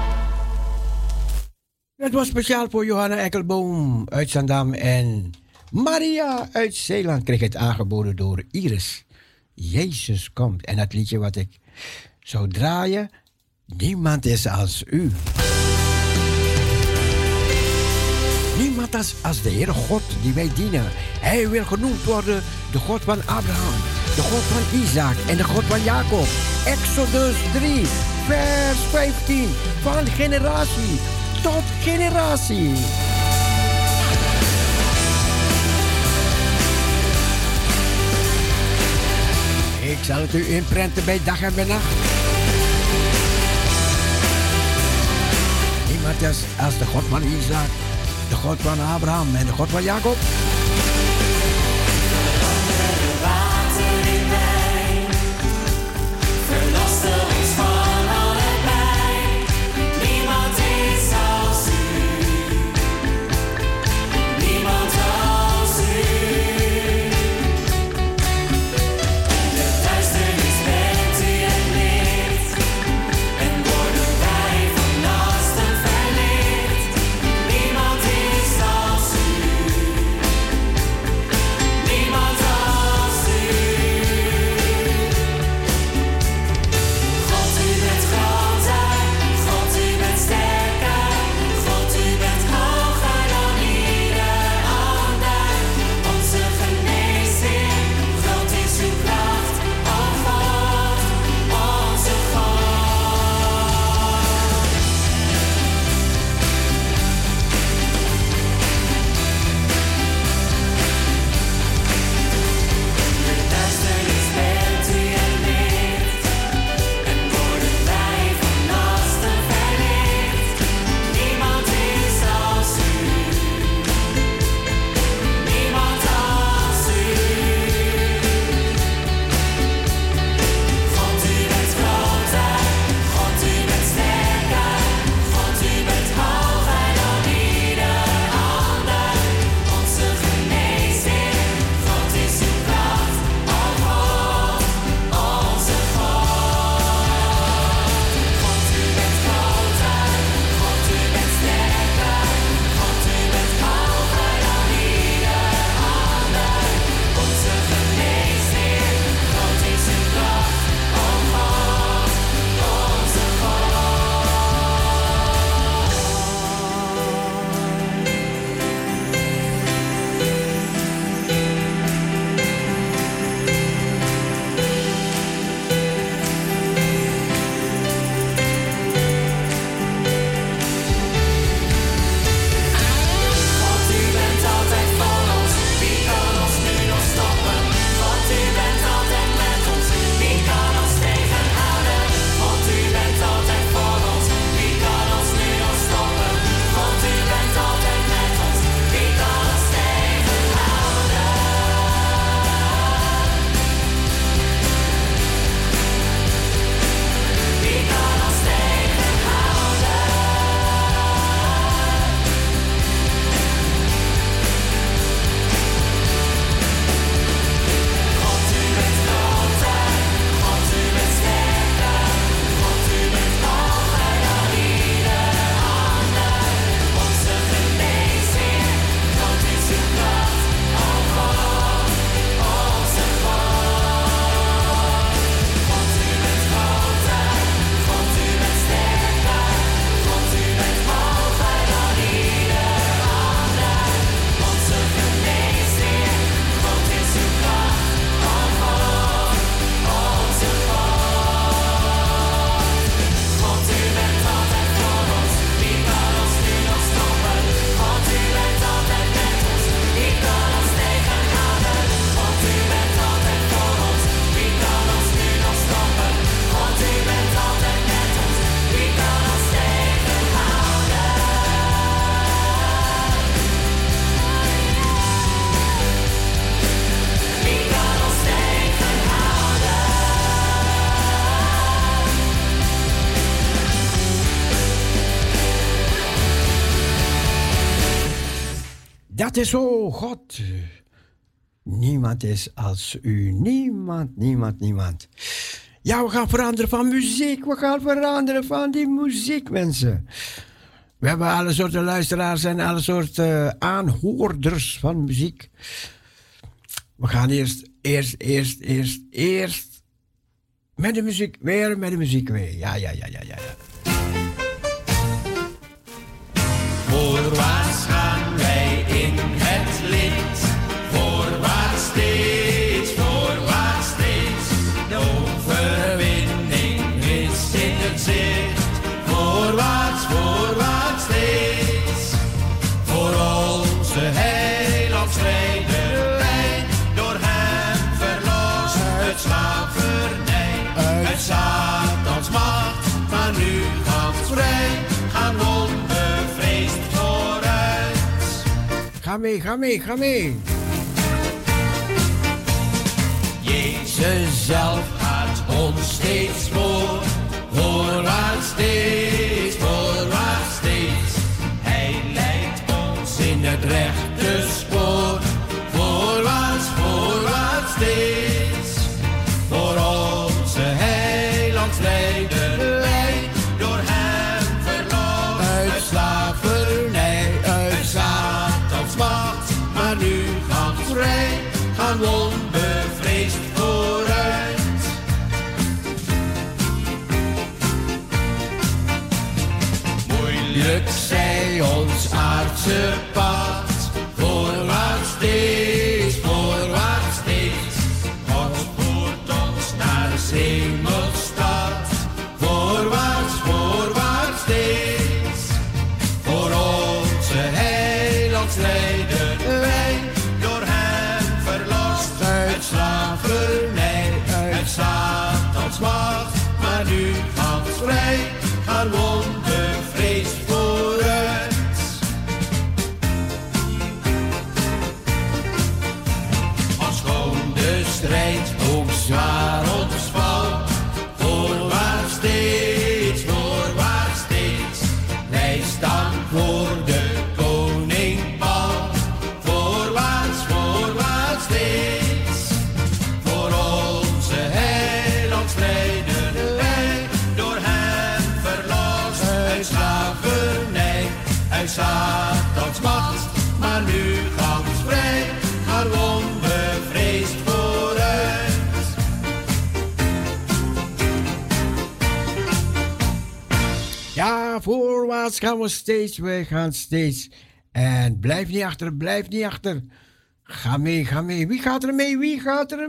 B: Het was speciaal voor Johanna Eckelboom uit Zandam en Maria uit Zeeland kreeg het aangeboden door Iris. Jezus komt. En dat liedje wat ik zou draaien, niemand is als u. Niemand als de Heere God die wij dienen. Hij wil genoemd worden de God van Abraham, de God van Isaac en de God van Jacob. Exodus 3, vers 15. Van generatie tot generatie. Ik zal het u inprenten bij dag en bij nacht. Niemand is als de God van Isaac, de God van Abraham en de God van Jacob. Dat is zo, God. Niemand is als u. Niemand, niemand, niemand. Ja, we gaan veranderen van muziek. We gaan veranderen van die muziek, mensen. We hebben alle soorten luisteraars en alle soorten aanhoorders van muziek. We gaan eerst met de muziek weer, Ja.
E: Voorwaarts gaan wij in het licht, voorwaarts steeds, de overwinning is in het zicht. Voorwaarts steeds, voor onze heiland strijden wij, door hem verlost uit slavernij, uit Satans macht, maar nu gans vrij, gaan onbevreesd vooruit.
B: Ga mee.
E: Jezus zelf gaat ons steeds voor, voorwaarts steeds. Hij leidt ons in het rechte spoor, voorwaarts steeds. Voor onze heiland strijden wij, door hem verlost uit slavernij, uit Satans macht, maar nu gans vrij, gaan we onbevreesd vooruit. Moeilijk zij ons aardse pad, voorwaarts steeds. God voert ons naar de hemelstad, voorwaarts steeds. Voor onze heiland strijden wij, door hem verlost uit slavernij, uit Satans macht, maar nu gans vrij, gaan we onbevreesd vooruit. Als schoon de strijd ook zwaar ons valt, voorwaarts steeds. Wij staan voor de koning Paul, voorwaarts steeds. Voor onze heiland strijden wij, door hem verlost uit slavernij, uit Satans macht, maar nu gans vrij, gaan we onbevreesd vooruit.
B: Ja, voorwaarts gaan we steeds, wij gaan steeds. En blijf niet achter. Ga mee. Wie gaat er mee?
E: Wie gaat er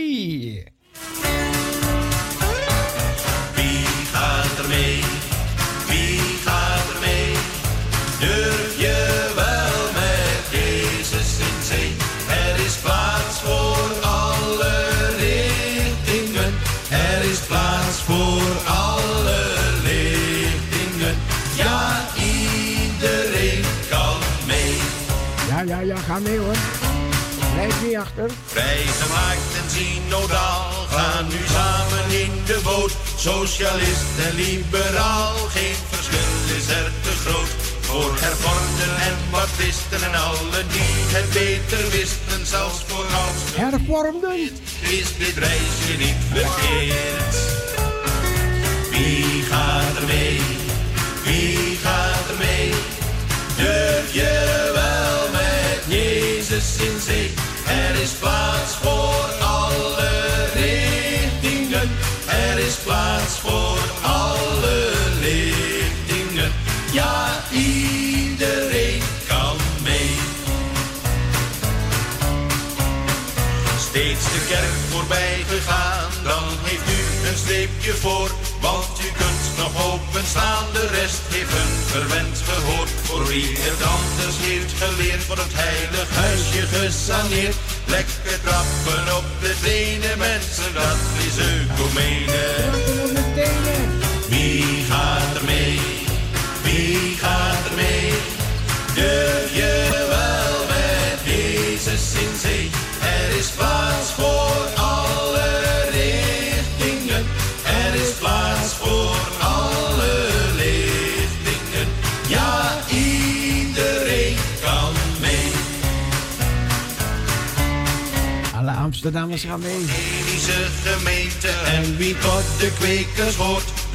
E: mee? Durf je wel met Jezus in zee? Er is plaats voor alle richtingen. Er is plaats voor alle lichtingen. Ja, iedereen kan mee.
B: Ja, ga mee hoor. Blijf niet achter.
E: Vrijgemaakt en synodaal gaan nu samen in de boot. Socialist en liberaal, geen verschil is er te groot. Voor hervormden en baptisten en allen die het beter wisten, zelfs voor als
B: hervormden
E: is dit reisje niet verkeerd. Wie gaat er mee? Durf je wel met Jezus in zee? Er is plaats voor alle richtingen. Er is plaats voor alle lichtingen. Ja, iedereen kan mee. Steeds de kerk voorbij gegaan, dan heeft u een streepje voor. Want u kunt nog openstaan, de rest heeft een verwend gehoor. Voor wie het anders heeft geleerd, wordt het heilig huisje gesaneerd. Lekker trappen op de tenen, mensen, dat is ecumene. Wie gaat er mee? Durf je wel met Jezus in zee? Er is plaats voor alle richtingen. Er is plaats voor alle lichtingen. Ja, iedereen kan mee.
B: Alle Amsterdammers gaan mee.
E: Evangelische gemeente en wie tot de kwekers hoort,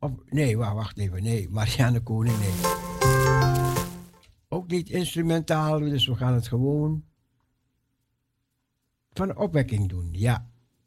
B: Nee, wacht even. Nee, Marianne Koning, nee. Ook niet instrumentaal, dus we gaan het gewoon van de opwekking doen, ja.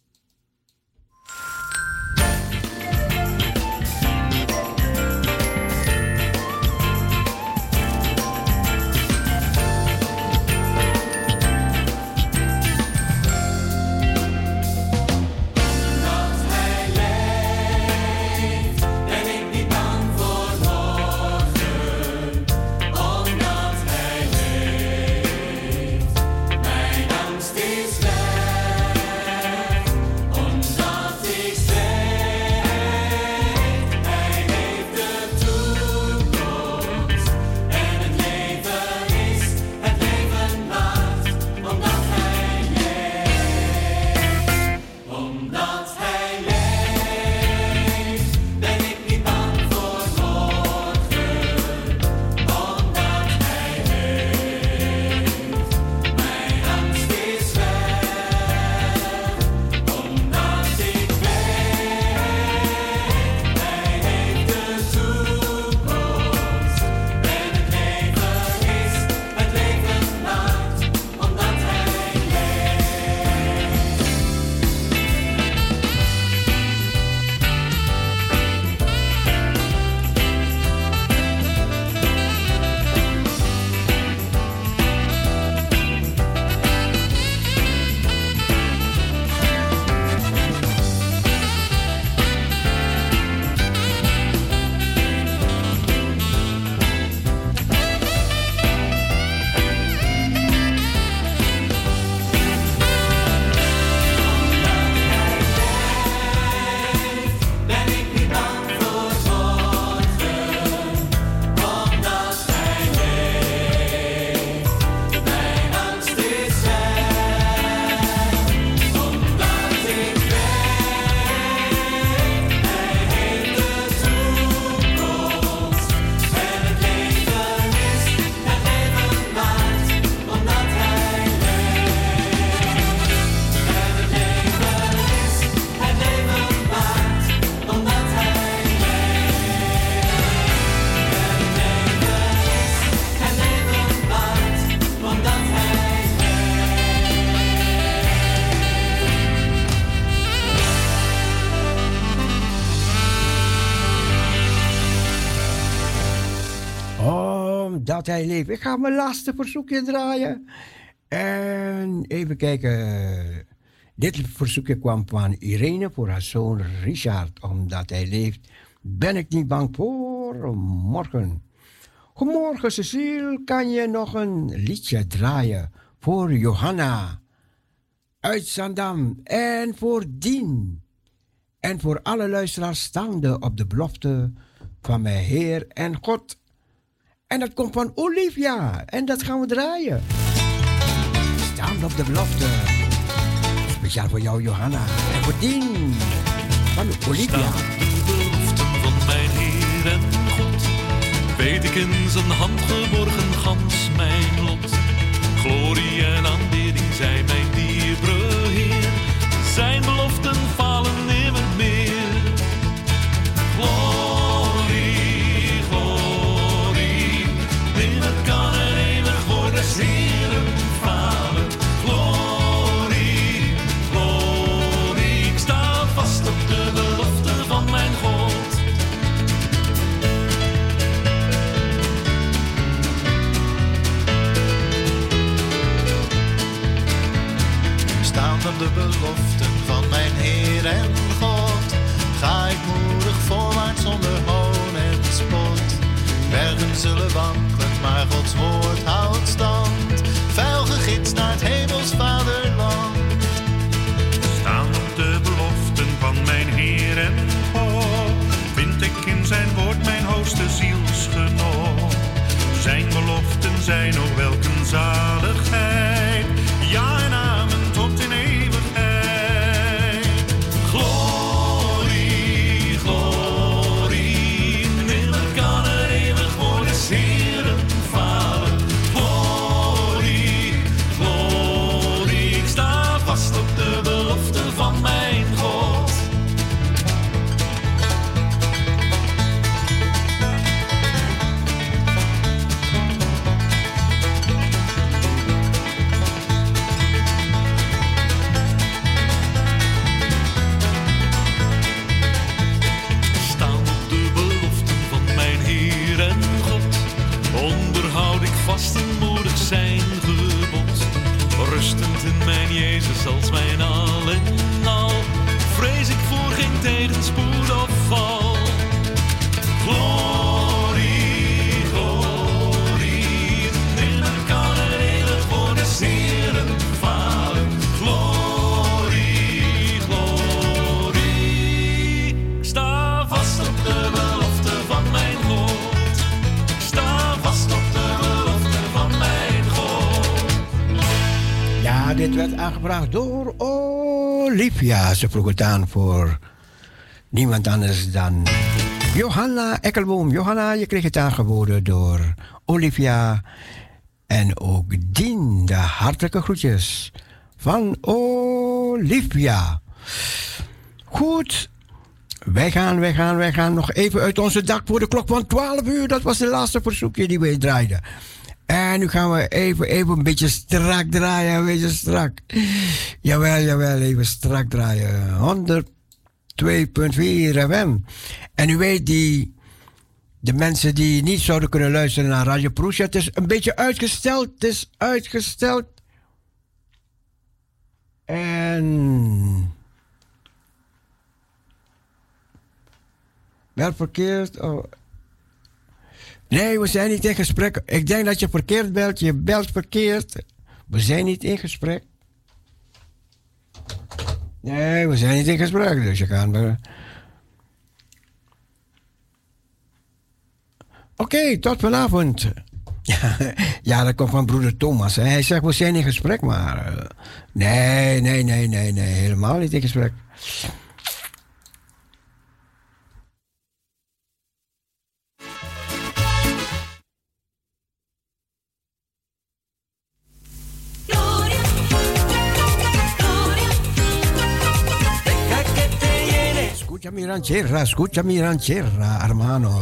B: Dat hij leeft. Ik ga mijn laatste verzoekje draaien. En even kijken. Dit verzoekje kwam van Irene voor haar zoon Richard. Omdat hij leeft, ben ik niet bang voor morgen. Goedemorgen Cecile, kan je nog een liedje draaien voor Johanna uit Zandam en voor Dien. En voor alle luisteraars staande op de belofte van mijn Heer en God. En dat komt van Olivia. En dat gaan we draaien. Staan op de belofte. Speciaal voor jou, Johanna. En voor Dien. Van Olivia.
G: Staan de beloften van mijn Heer en God. Weet ik in zijn hand geborgen gans mijn lot. Glorie en aanbidding zijn mijn dierbare Heer. Zijn beloften falen nimmer meer. Glorie, glorie. Nimmer kan er eeuwig voor des Heeren falen. Glorie, glorie. Ik sta vast op de belofte van mijn God.
E: Staan op de beloften van mijn Heer en God, ga ik moedig voorwaarts zonder hoon en spot. Bergen zullen wankelen, maar Gods woord houdt stand, vuil gegidst naar het hemels vaderland.
H: Staan op de beloften van mijn Heer en God, vind ik in zijn woord mijn hoogste zielsgenot. Zijn beloften zijn ook welk een zaligheid, ja en amen tot in eeuwigheid. Glorie, glorie, nimmer kan er eeuwig voor des Heeren falen. Glorie, glorie, ik sta vast op de belofte van mijn God.
G: vast en moedig zijn gebod. Rustend in mijn Jezus als mijn al en al. Vrees ik voor geen tegenspoed of val. Glorie, glorie, nimmer kan er eeuwig voor des Heeren falen. Glorie, glorie, sta vast op de belofte van mijn God. Sta vast op de belofte van mijn God.
B: Ja, dit werd aangebracht door Olivia. Ze vroeg het aan voor niemand anders dan Johanna Ekkelboom. Johanna, je kreeg het aangeboden door Olivia. En ook Dien, de hartelijke groetjes van Olivia. Goed, wij gaan nog even uit onze dak voor de klok van 12 uur. Dat was de laatste verzoekje die wij draaiden. En nu gaan we even een beetje strak draaien, een beetje strak. Jawel, even strak draaien. 102.4 FM. En u weet, de mensen die niet zouden kunnen luisteren naar Radio Perusia, het is een beetje uitgesteld. Het is uitgesteld. En wel verkeerd. Oh. Nee, we zijn niet in gesprek. Ik denk dat je verkeerd belt. Je belt verkeerd. We zijn niet in gesprek. Nee, we zijn niet in gesprek. Dus je kan... Oké, tot vanavond. Ja, dat komt van broeder Thomas. Hè. Hij zegt, we zijn in gesprek, maar... Nee. Helemaal niet in gesprek. Escucha mi ranchera, hermano.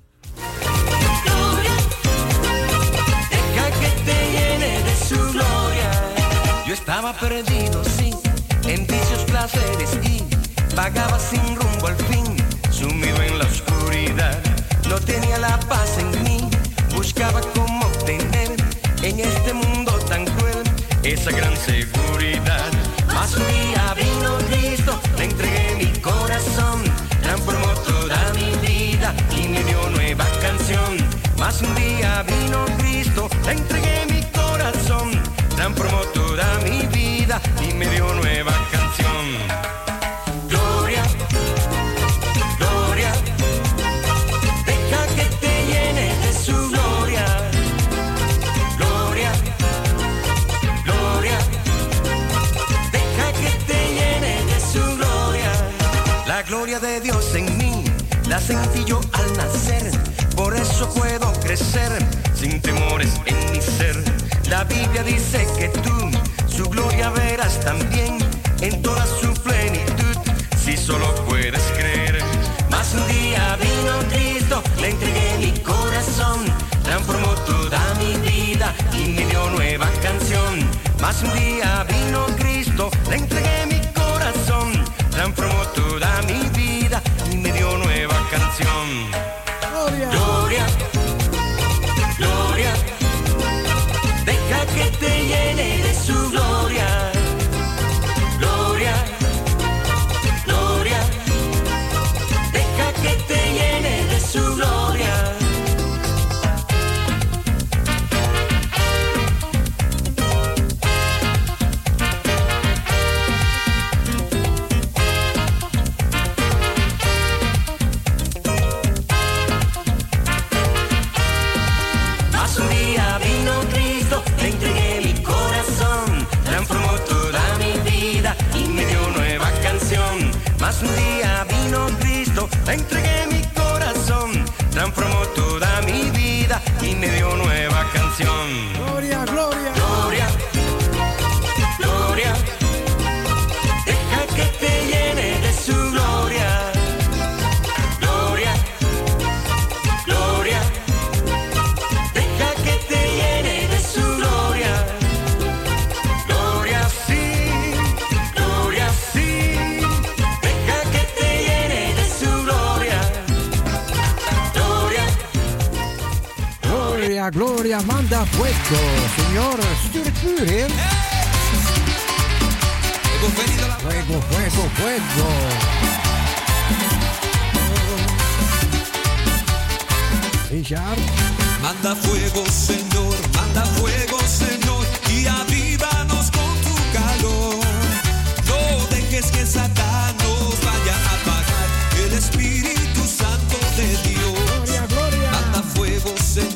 I: Deja que te llene de su gloria. Yo estaba perdido, sí, en vicios, placeres y vagaba sin rumbo al fin, sumido en la oscuridad. No tenía la paz en mí, buscaba cómo obtener en este mundo tan cruel esa gran seguridad. Mas un día vino Cristo, le entregué mi corazón, transformó toda mi vida y me dio nueva canción. Mas un día vino Cristo, le entregué mi corazón, transformó toda mi vida y me dio nueva canción. Gloria, gloria, deja que te llene de su gloria. Gloria, gloria, deja que te llene de su gloria. La gloria de Dios en mí la sentí yo al nacer, por eso puedo crecer sin temores en mi ser. La Biblia dice que tú su gloria verás también en toda su plenitud, si solo puedes creer. Mas un día vino Cristo, le entregué mi corazón, transformó toda mi vida y me dio nueva canción. Mas un día vino Cristo, le entregué mi corazón, transformó toda mi vida y me dio nueva canción. Gloria, gloria, deja que te llene de su gloria. Gloria, gloria, deja que te llene de su gloria. Mas un día vino Cristo, le entregué mi corazón, transformó toda mi vida y me dio nueva canción. Gloria, gloria, gloria, gloria, deja que te llene de su gloria. Gloria, gloria, deja que te llene de su gloria. Gloria, sí, gloria, sí.
B: Gloria, Gloria, manda fuego. Señor, stuur het vuur, heer. Fuego, fuego, fuego. Richard.
J: Manda fuego, Señor, y avívanos con tu calor. No dejes que Satán nos vaya a apagar el Espíritu Santo de Dios.
B: Gloria, gloria.
J: Manda fuego,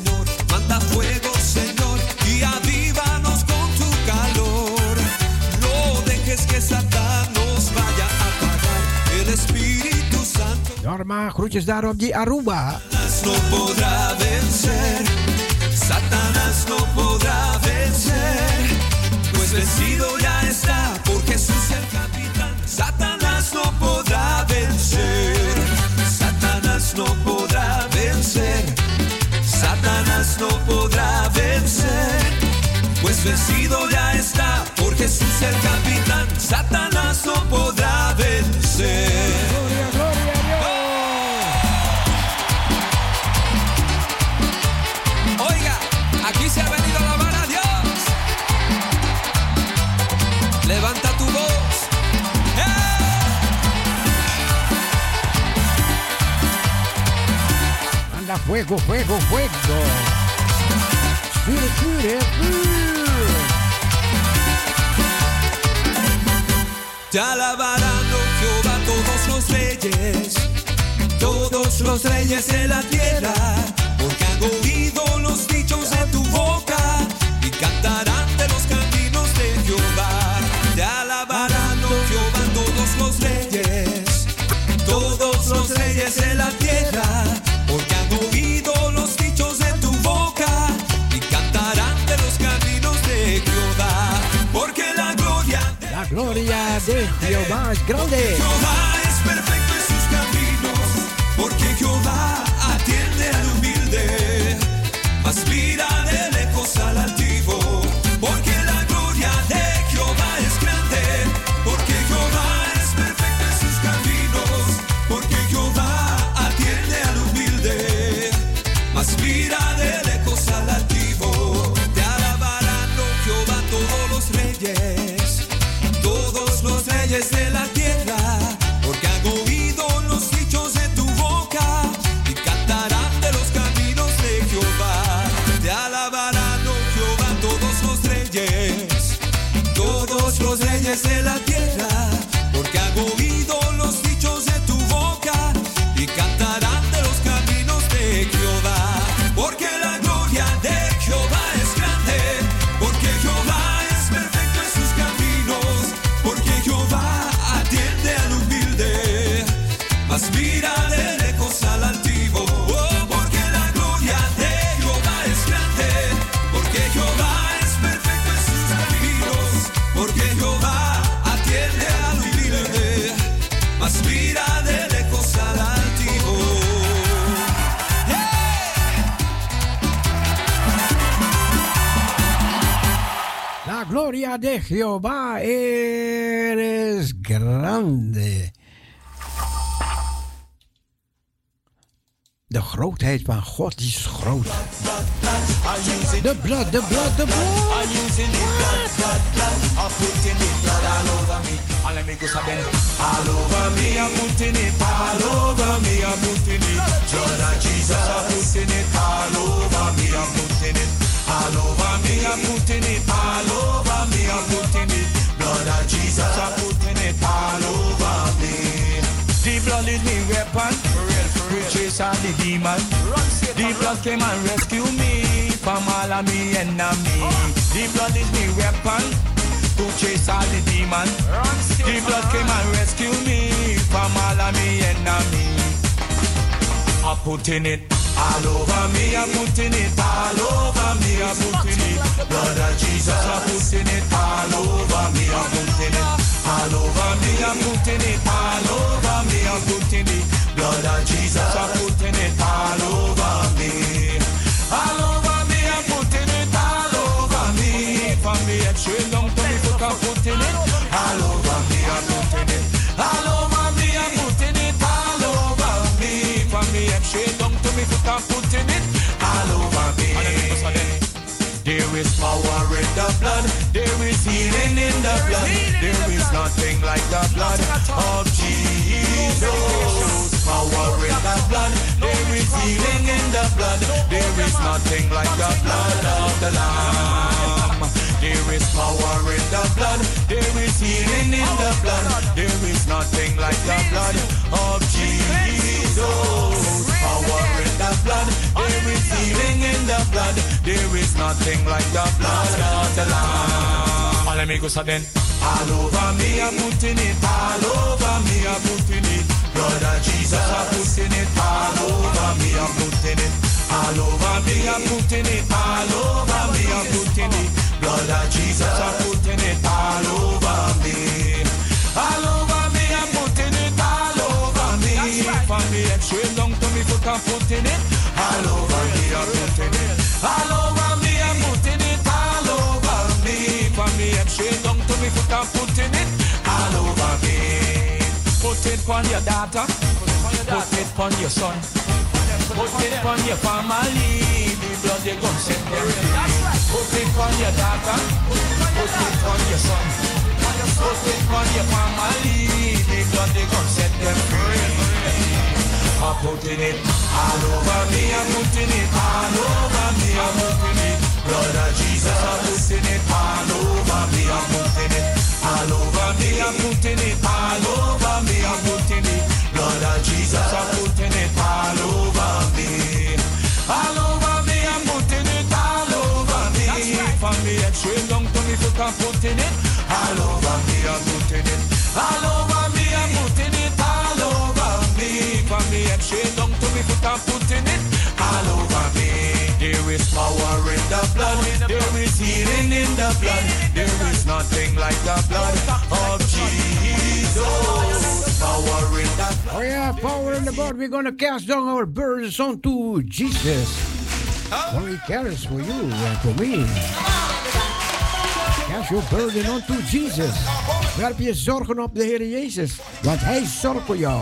J: Señor, y avívanos con tu calor. No dejes que Satán nos vaya a apagar el Espíritu Santo.
B: Norma, groetjes daar op die Aruba.
J: No podrá vencer, Satanás no podrá vencer, pues vencido ya está por Jesús el capitán. Satanás no podrá vencer, Satanás no podrá vencer, Satanás no podrá vencer, pues vencido ya está por Jesús el capitán. Satanás no podrá vencer.
B: Gloria, gloria a Dios.
J: Aquí se ha venido a alabar a Dios. Levanta tu voz.
B: Manda fuego, fuego, fuego. Stuur het vuur, heer.
J: Te alabarán, oh Jehová, todos los reyes de la tierra, porque han oído los dichos de tu boca y cantarán de los caminos de Jehová. Te alabarán, oh Jehová, todos los reyes de la tierra, porque han oído los dichos de tu boca y cantarán de los caminos de Jehová. Porque la gloria
B: de Jehová es grande.
J: Jehová es perfecto en sus caminos, porque Jehová atiende al humilde, mas mira de lejos al altivo. Porque la gloria de Jehová es grande, porque Jehová es perfecto en sus caminos, porque Jehová atiende al humilde, mas mira de lejos al altivo. Te alabarán, oh Jehová, todos los reyes de la tierra, porque han oído los dichos de tu boca y cantarán de los caminos de Jehová. Te alabarán, oh Jehová, todos los reyes de la tierra, porque han oído los dichos de tu boca y cantarán de los caminos de Jehová. Porque la gloria de Jehová es grande, porque Jehová es perfecto en sus caminos, porque Jehová atiende al humilde, mas mira de lejos al altivo. Oh, porque la gloria de Jehová es grande, porque Jehová es perfecto en sus caminos, porque Jehová atiende al humilde, mas mira de lejos al altivo.
B: La gloria de Jehová eres grande. De grootheid van God is groot. De bloed, de bloed, de bloed.
K: All amigos have been all over me, I'm putting it all over me, I'm putting it. Blood of Jesus, I'm putting it all over me, I'm putting it all over me, I'm putting it all over me, I'm putting it. Blood of Jesus, I'm putting it all over me. The blood is my weapon, for real, chase all the demon. The blood came and rescue me from all of me enemies. The blood is my weapon to chase all the demons. The blood came and rescue me from all of me enemies. I'm putting it all over me, I'm putting it all over me, I'm putting it. Blood of Jesus, I'm putting it all over me, I'm putting it all over me, I'm putting it all over me, I'm putting it. Blood of Jesus, I'm putting it all over me. All over me, I'm putting it all over me. From me head straight down to me foot, I'm putting it all over me, I'm putting it all over me, I'm putting it all over me. From me head straight down to me foot, I'm putting it all over me. is power in the blood. There is healing in the blood. There is nothing like the blood of Jesus. Power in the blood. There is healing in the blood. There is nothing like the blood of the Lamb. There is power in the blood. There is healing in the blood. There is nothing like the blood of Jesus. Power in the blood. There is healing in the blood. There is nothing like the blood of the Lamb. All amigos are then. All over me, I'm putting it. All over me, I'm putting it. Blood of Jesus, I'm putting it. All over me, I'm putting it. All over me, I'm putting it. All over me, I'm putting it. Blood of Jesus, I'm putting it. All over me. All over me, I'm putting it. All over me. From me head straight down to me foot, I'm putting it. All over me, I'm putting it. All over me, I'm putting it. All over me. From me head straight down to me foot, I'm putting it. All over me. Put it on your daughter. Put it on your son. Put it on your family. The blood they gon' set them free. Put it on your daughter. Put it on your son. Put it on your family. The blood they gon' set them free. I'm putting it all over me. I'm putting it all over me. I'm putting it. Blood of Jesus. I'm putting it all over me. I'm putting it all over me. I'm putting it all over me. I'm putting it. Blood of Jesus. I'm putting it all over me. All over me. I'm putting it all over me. From me head straight down to me foot. I'm putting it all over me. I'm putting it all over me. I'm putting it all over me. From me head straight down to me foot. I'm putting it all over me. There is power in the blood. There is healing in the blood. There is nothing like the blood of Jesus. Power in the blood.
B: Oh yeah, power in the blood. We're gonna cast down our burdens onto Jesus. For He cares for you and for me. Cast your burden onto Jesus. Werp je zorgen op de Heer Jezus, want Hij zorgt voor jou.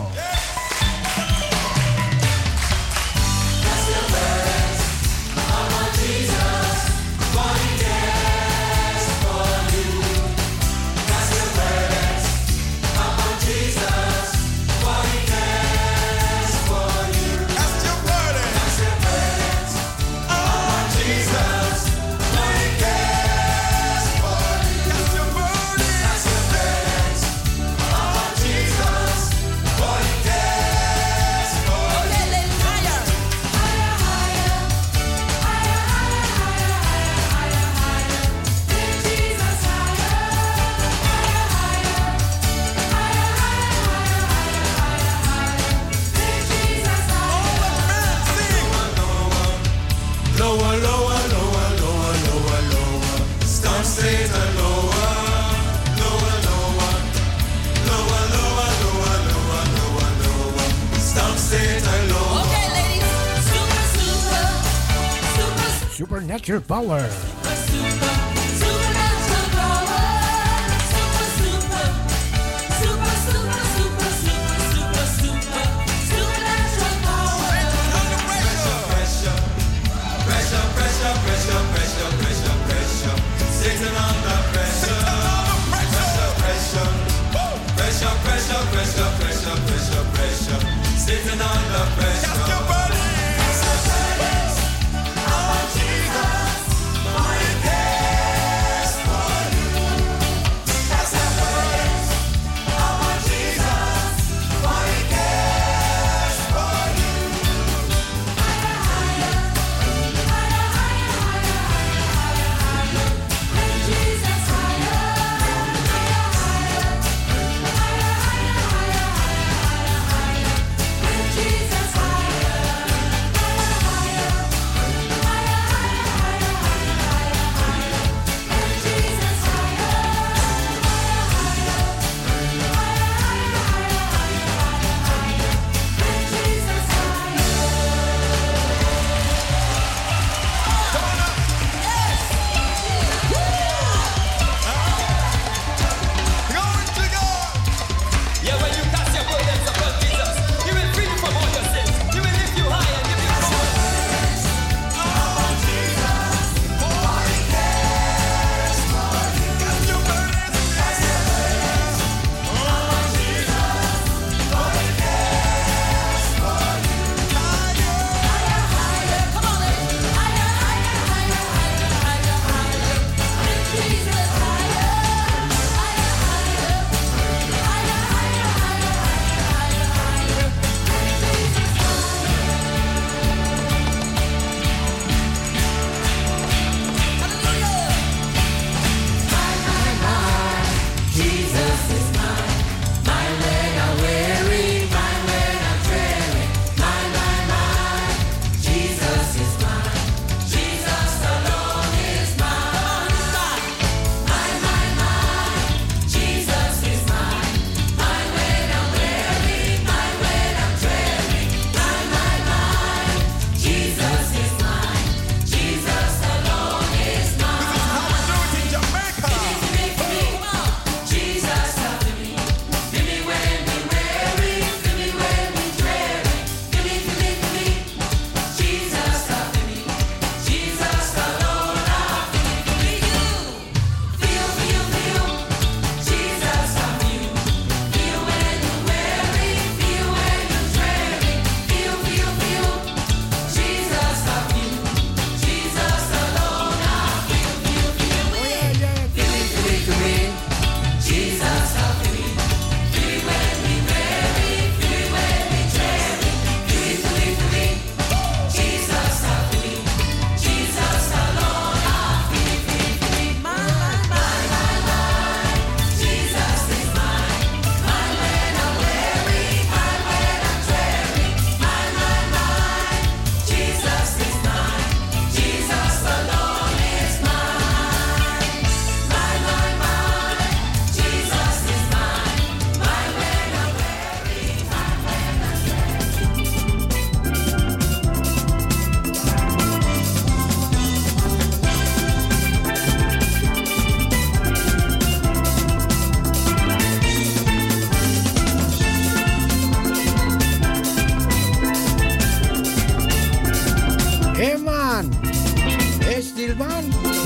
B: Supernatural power.
F: Sitting under pressure. Jesus.
B: Stilman.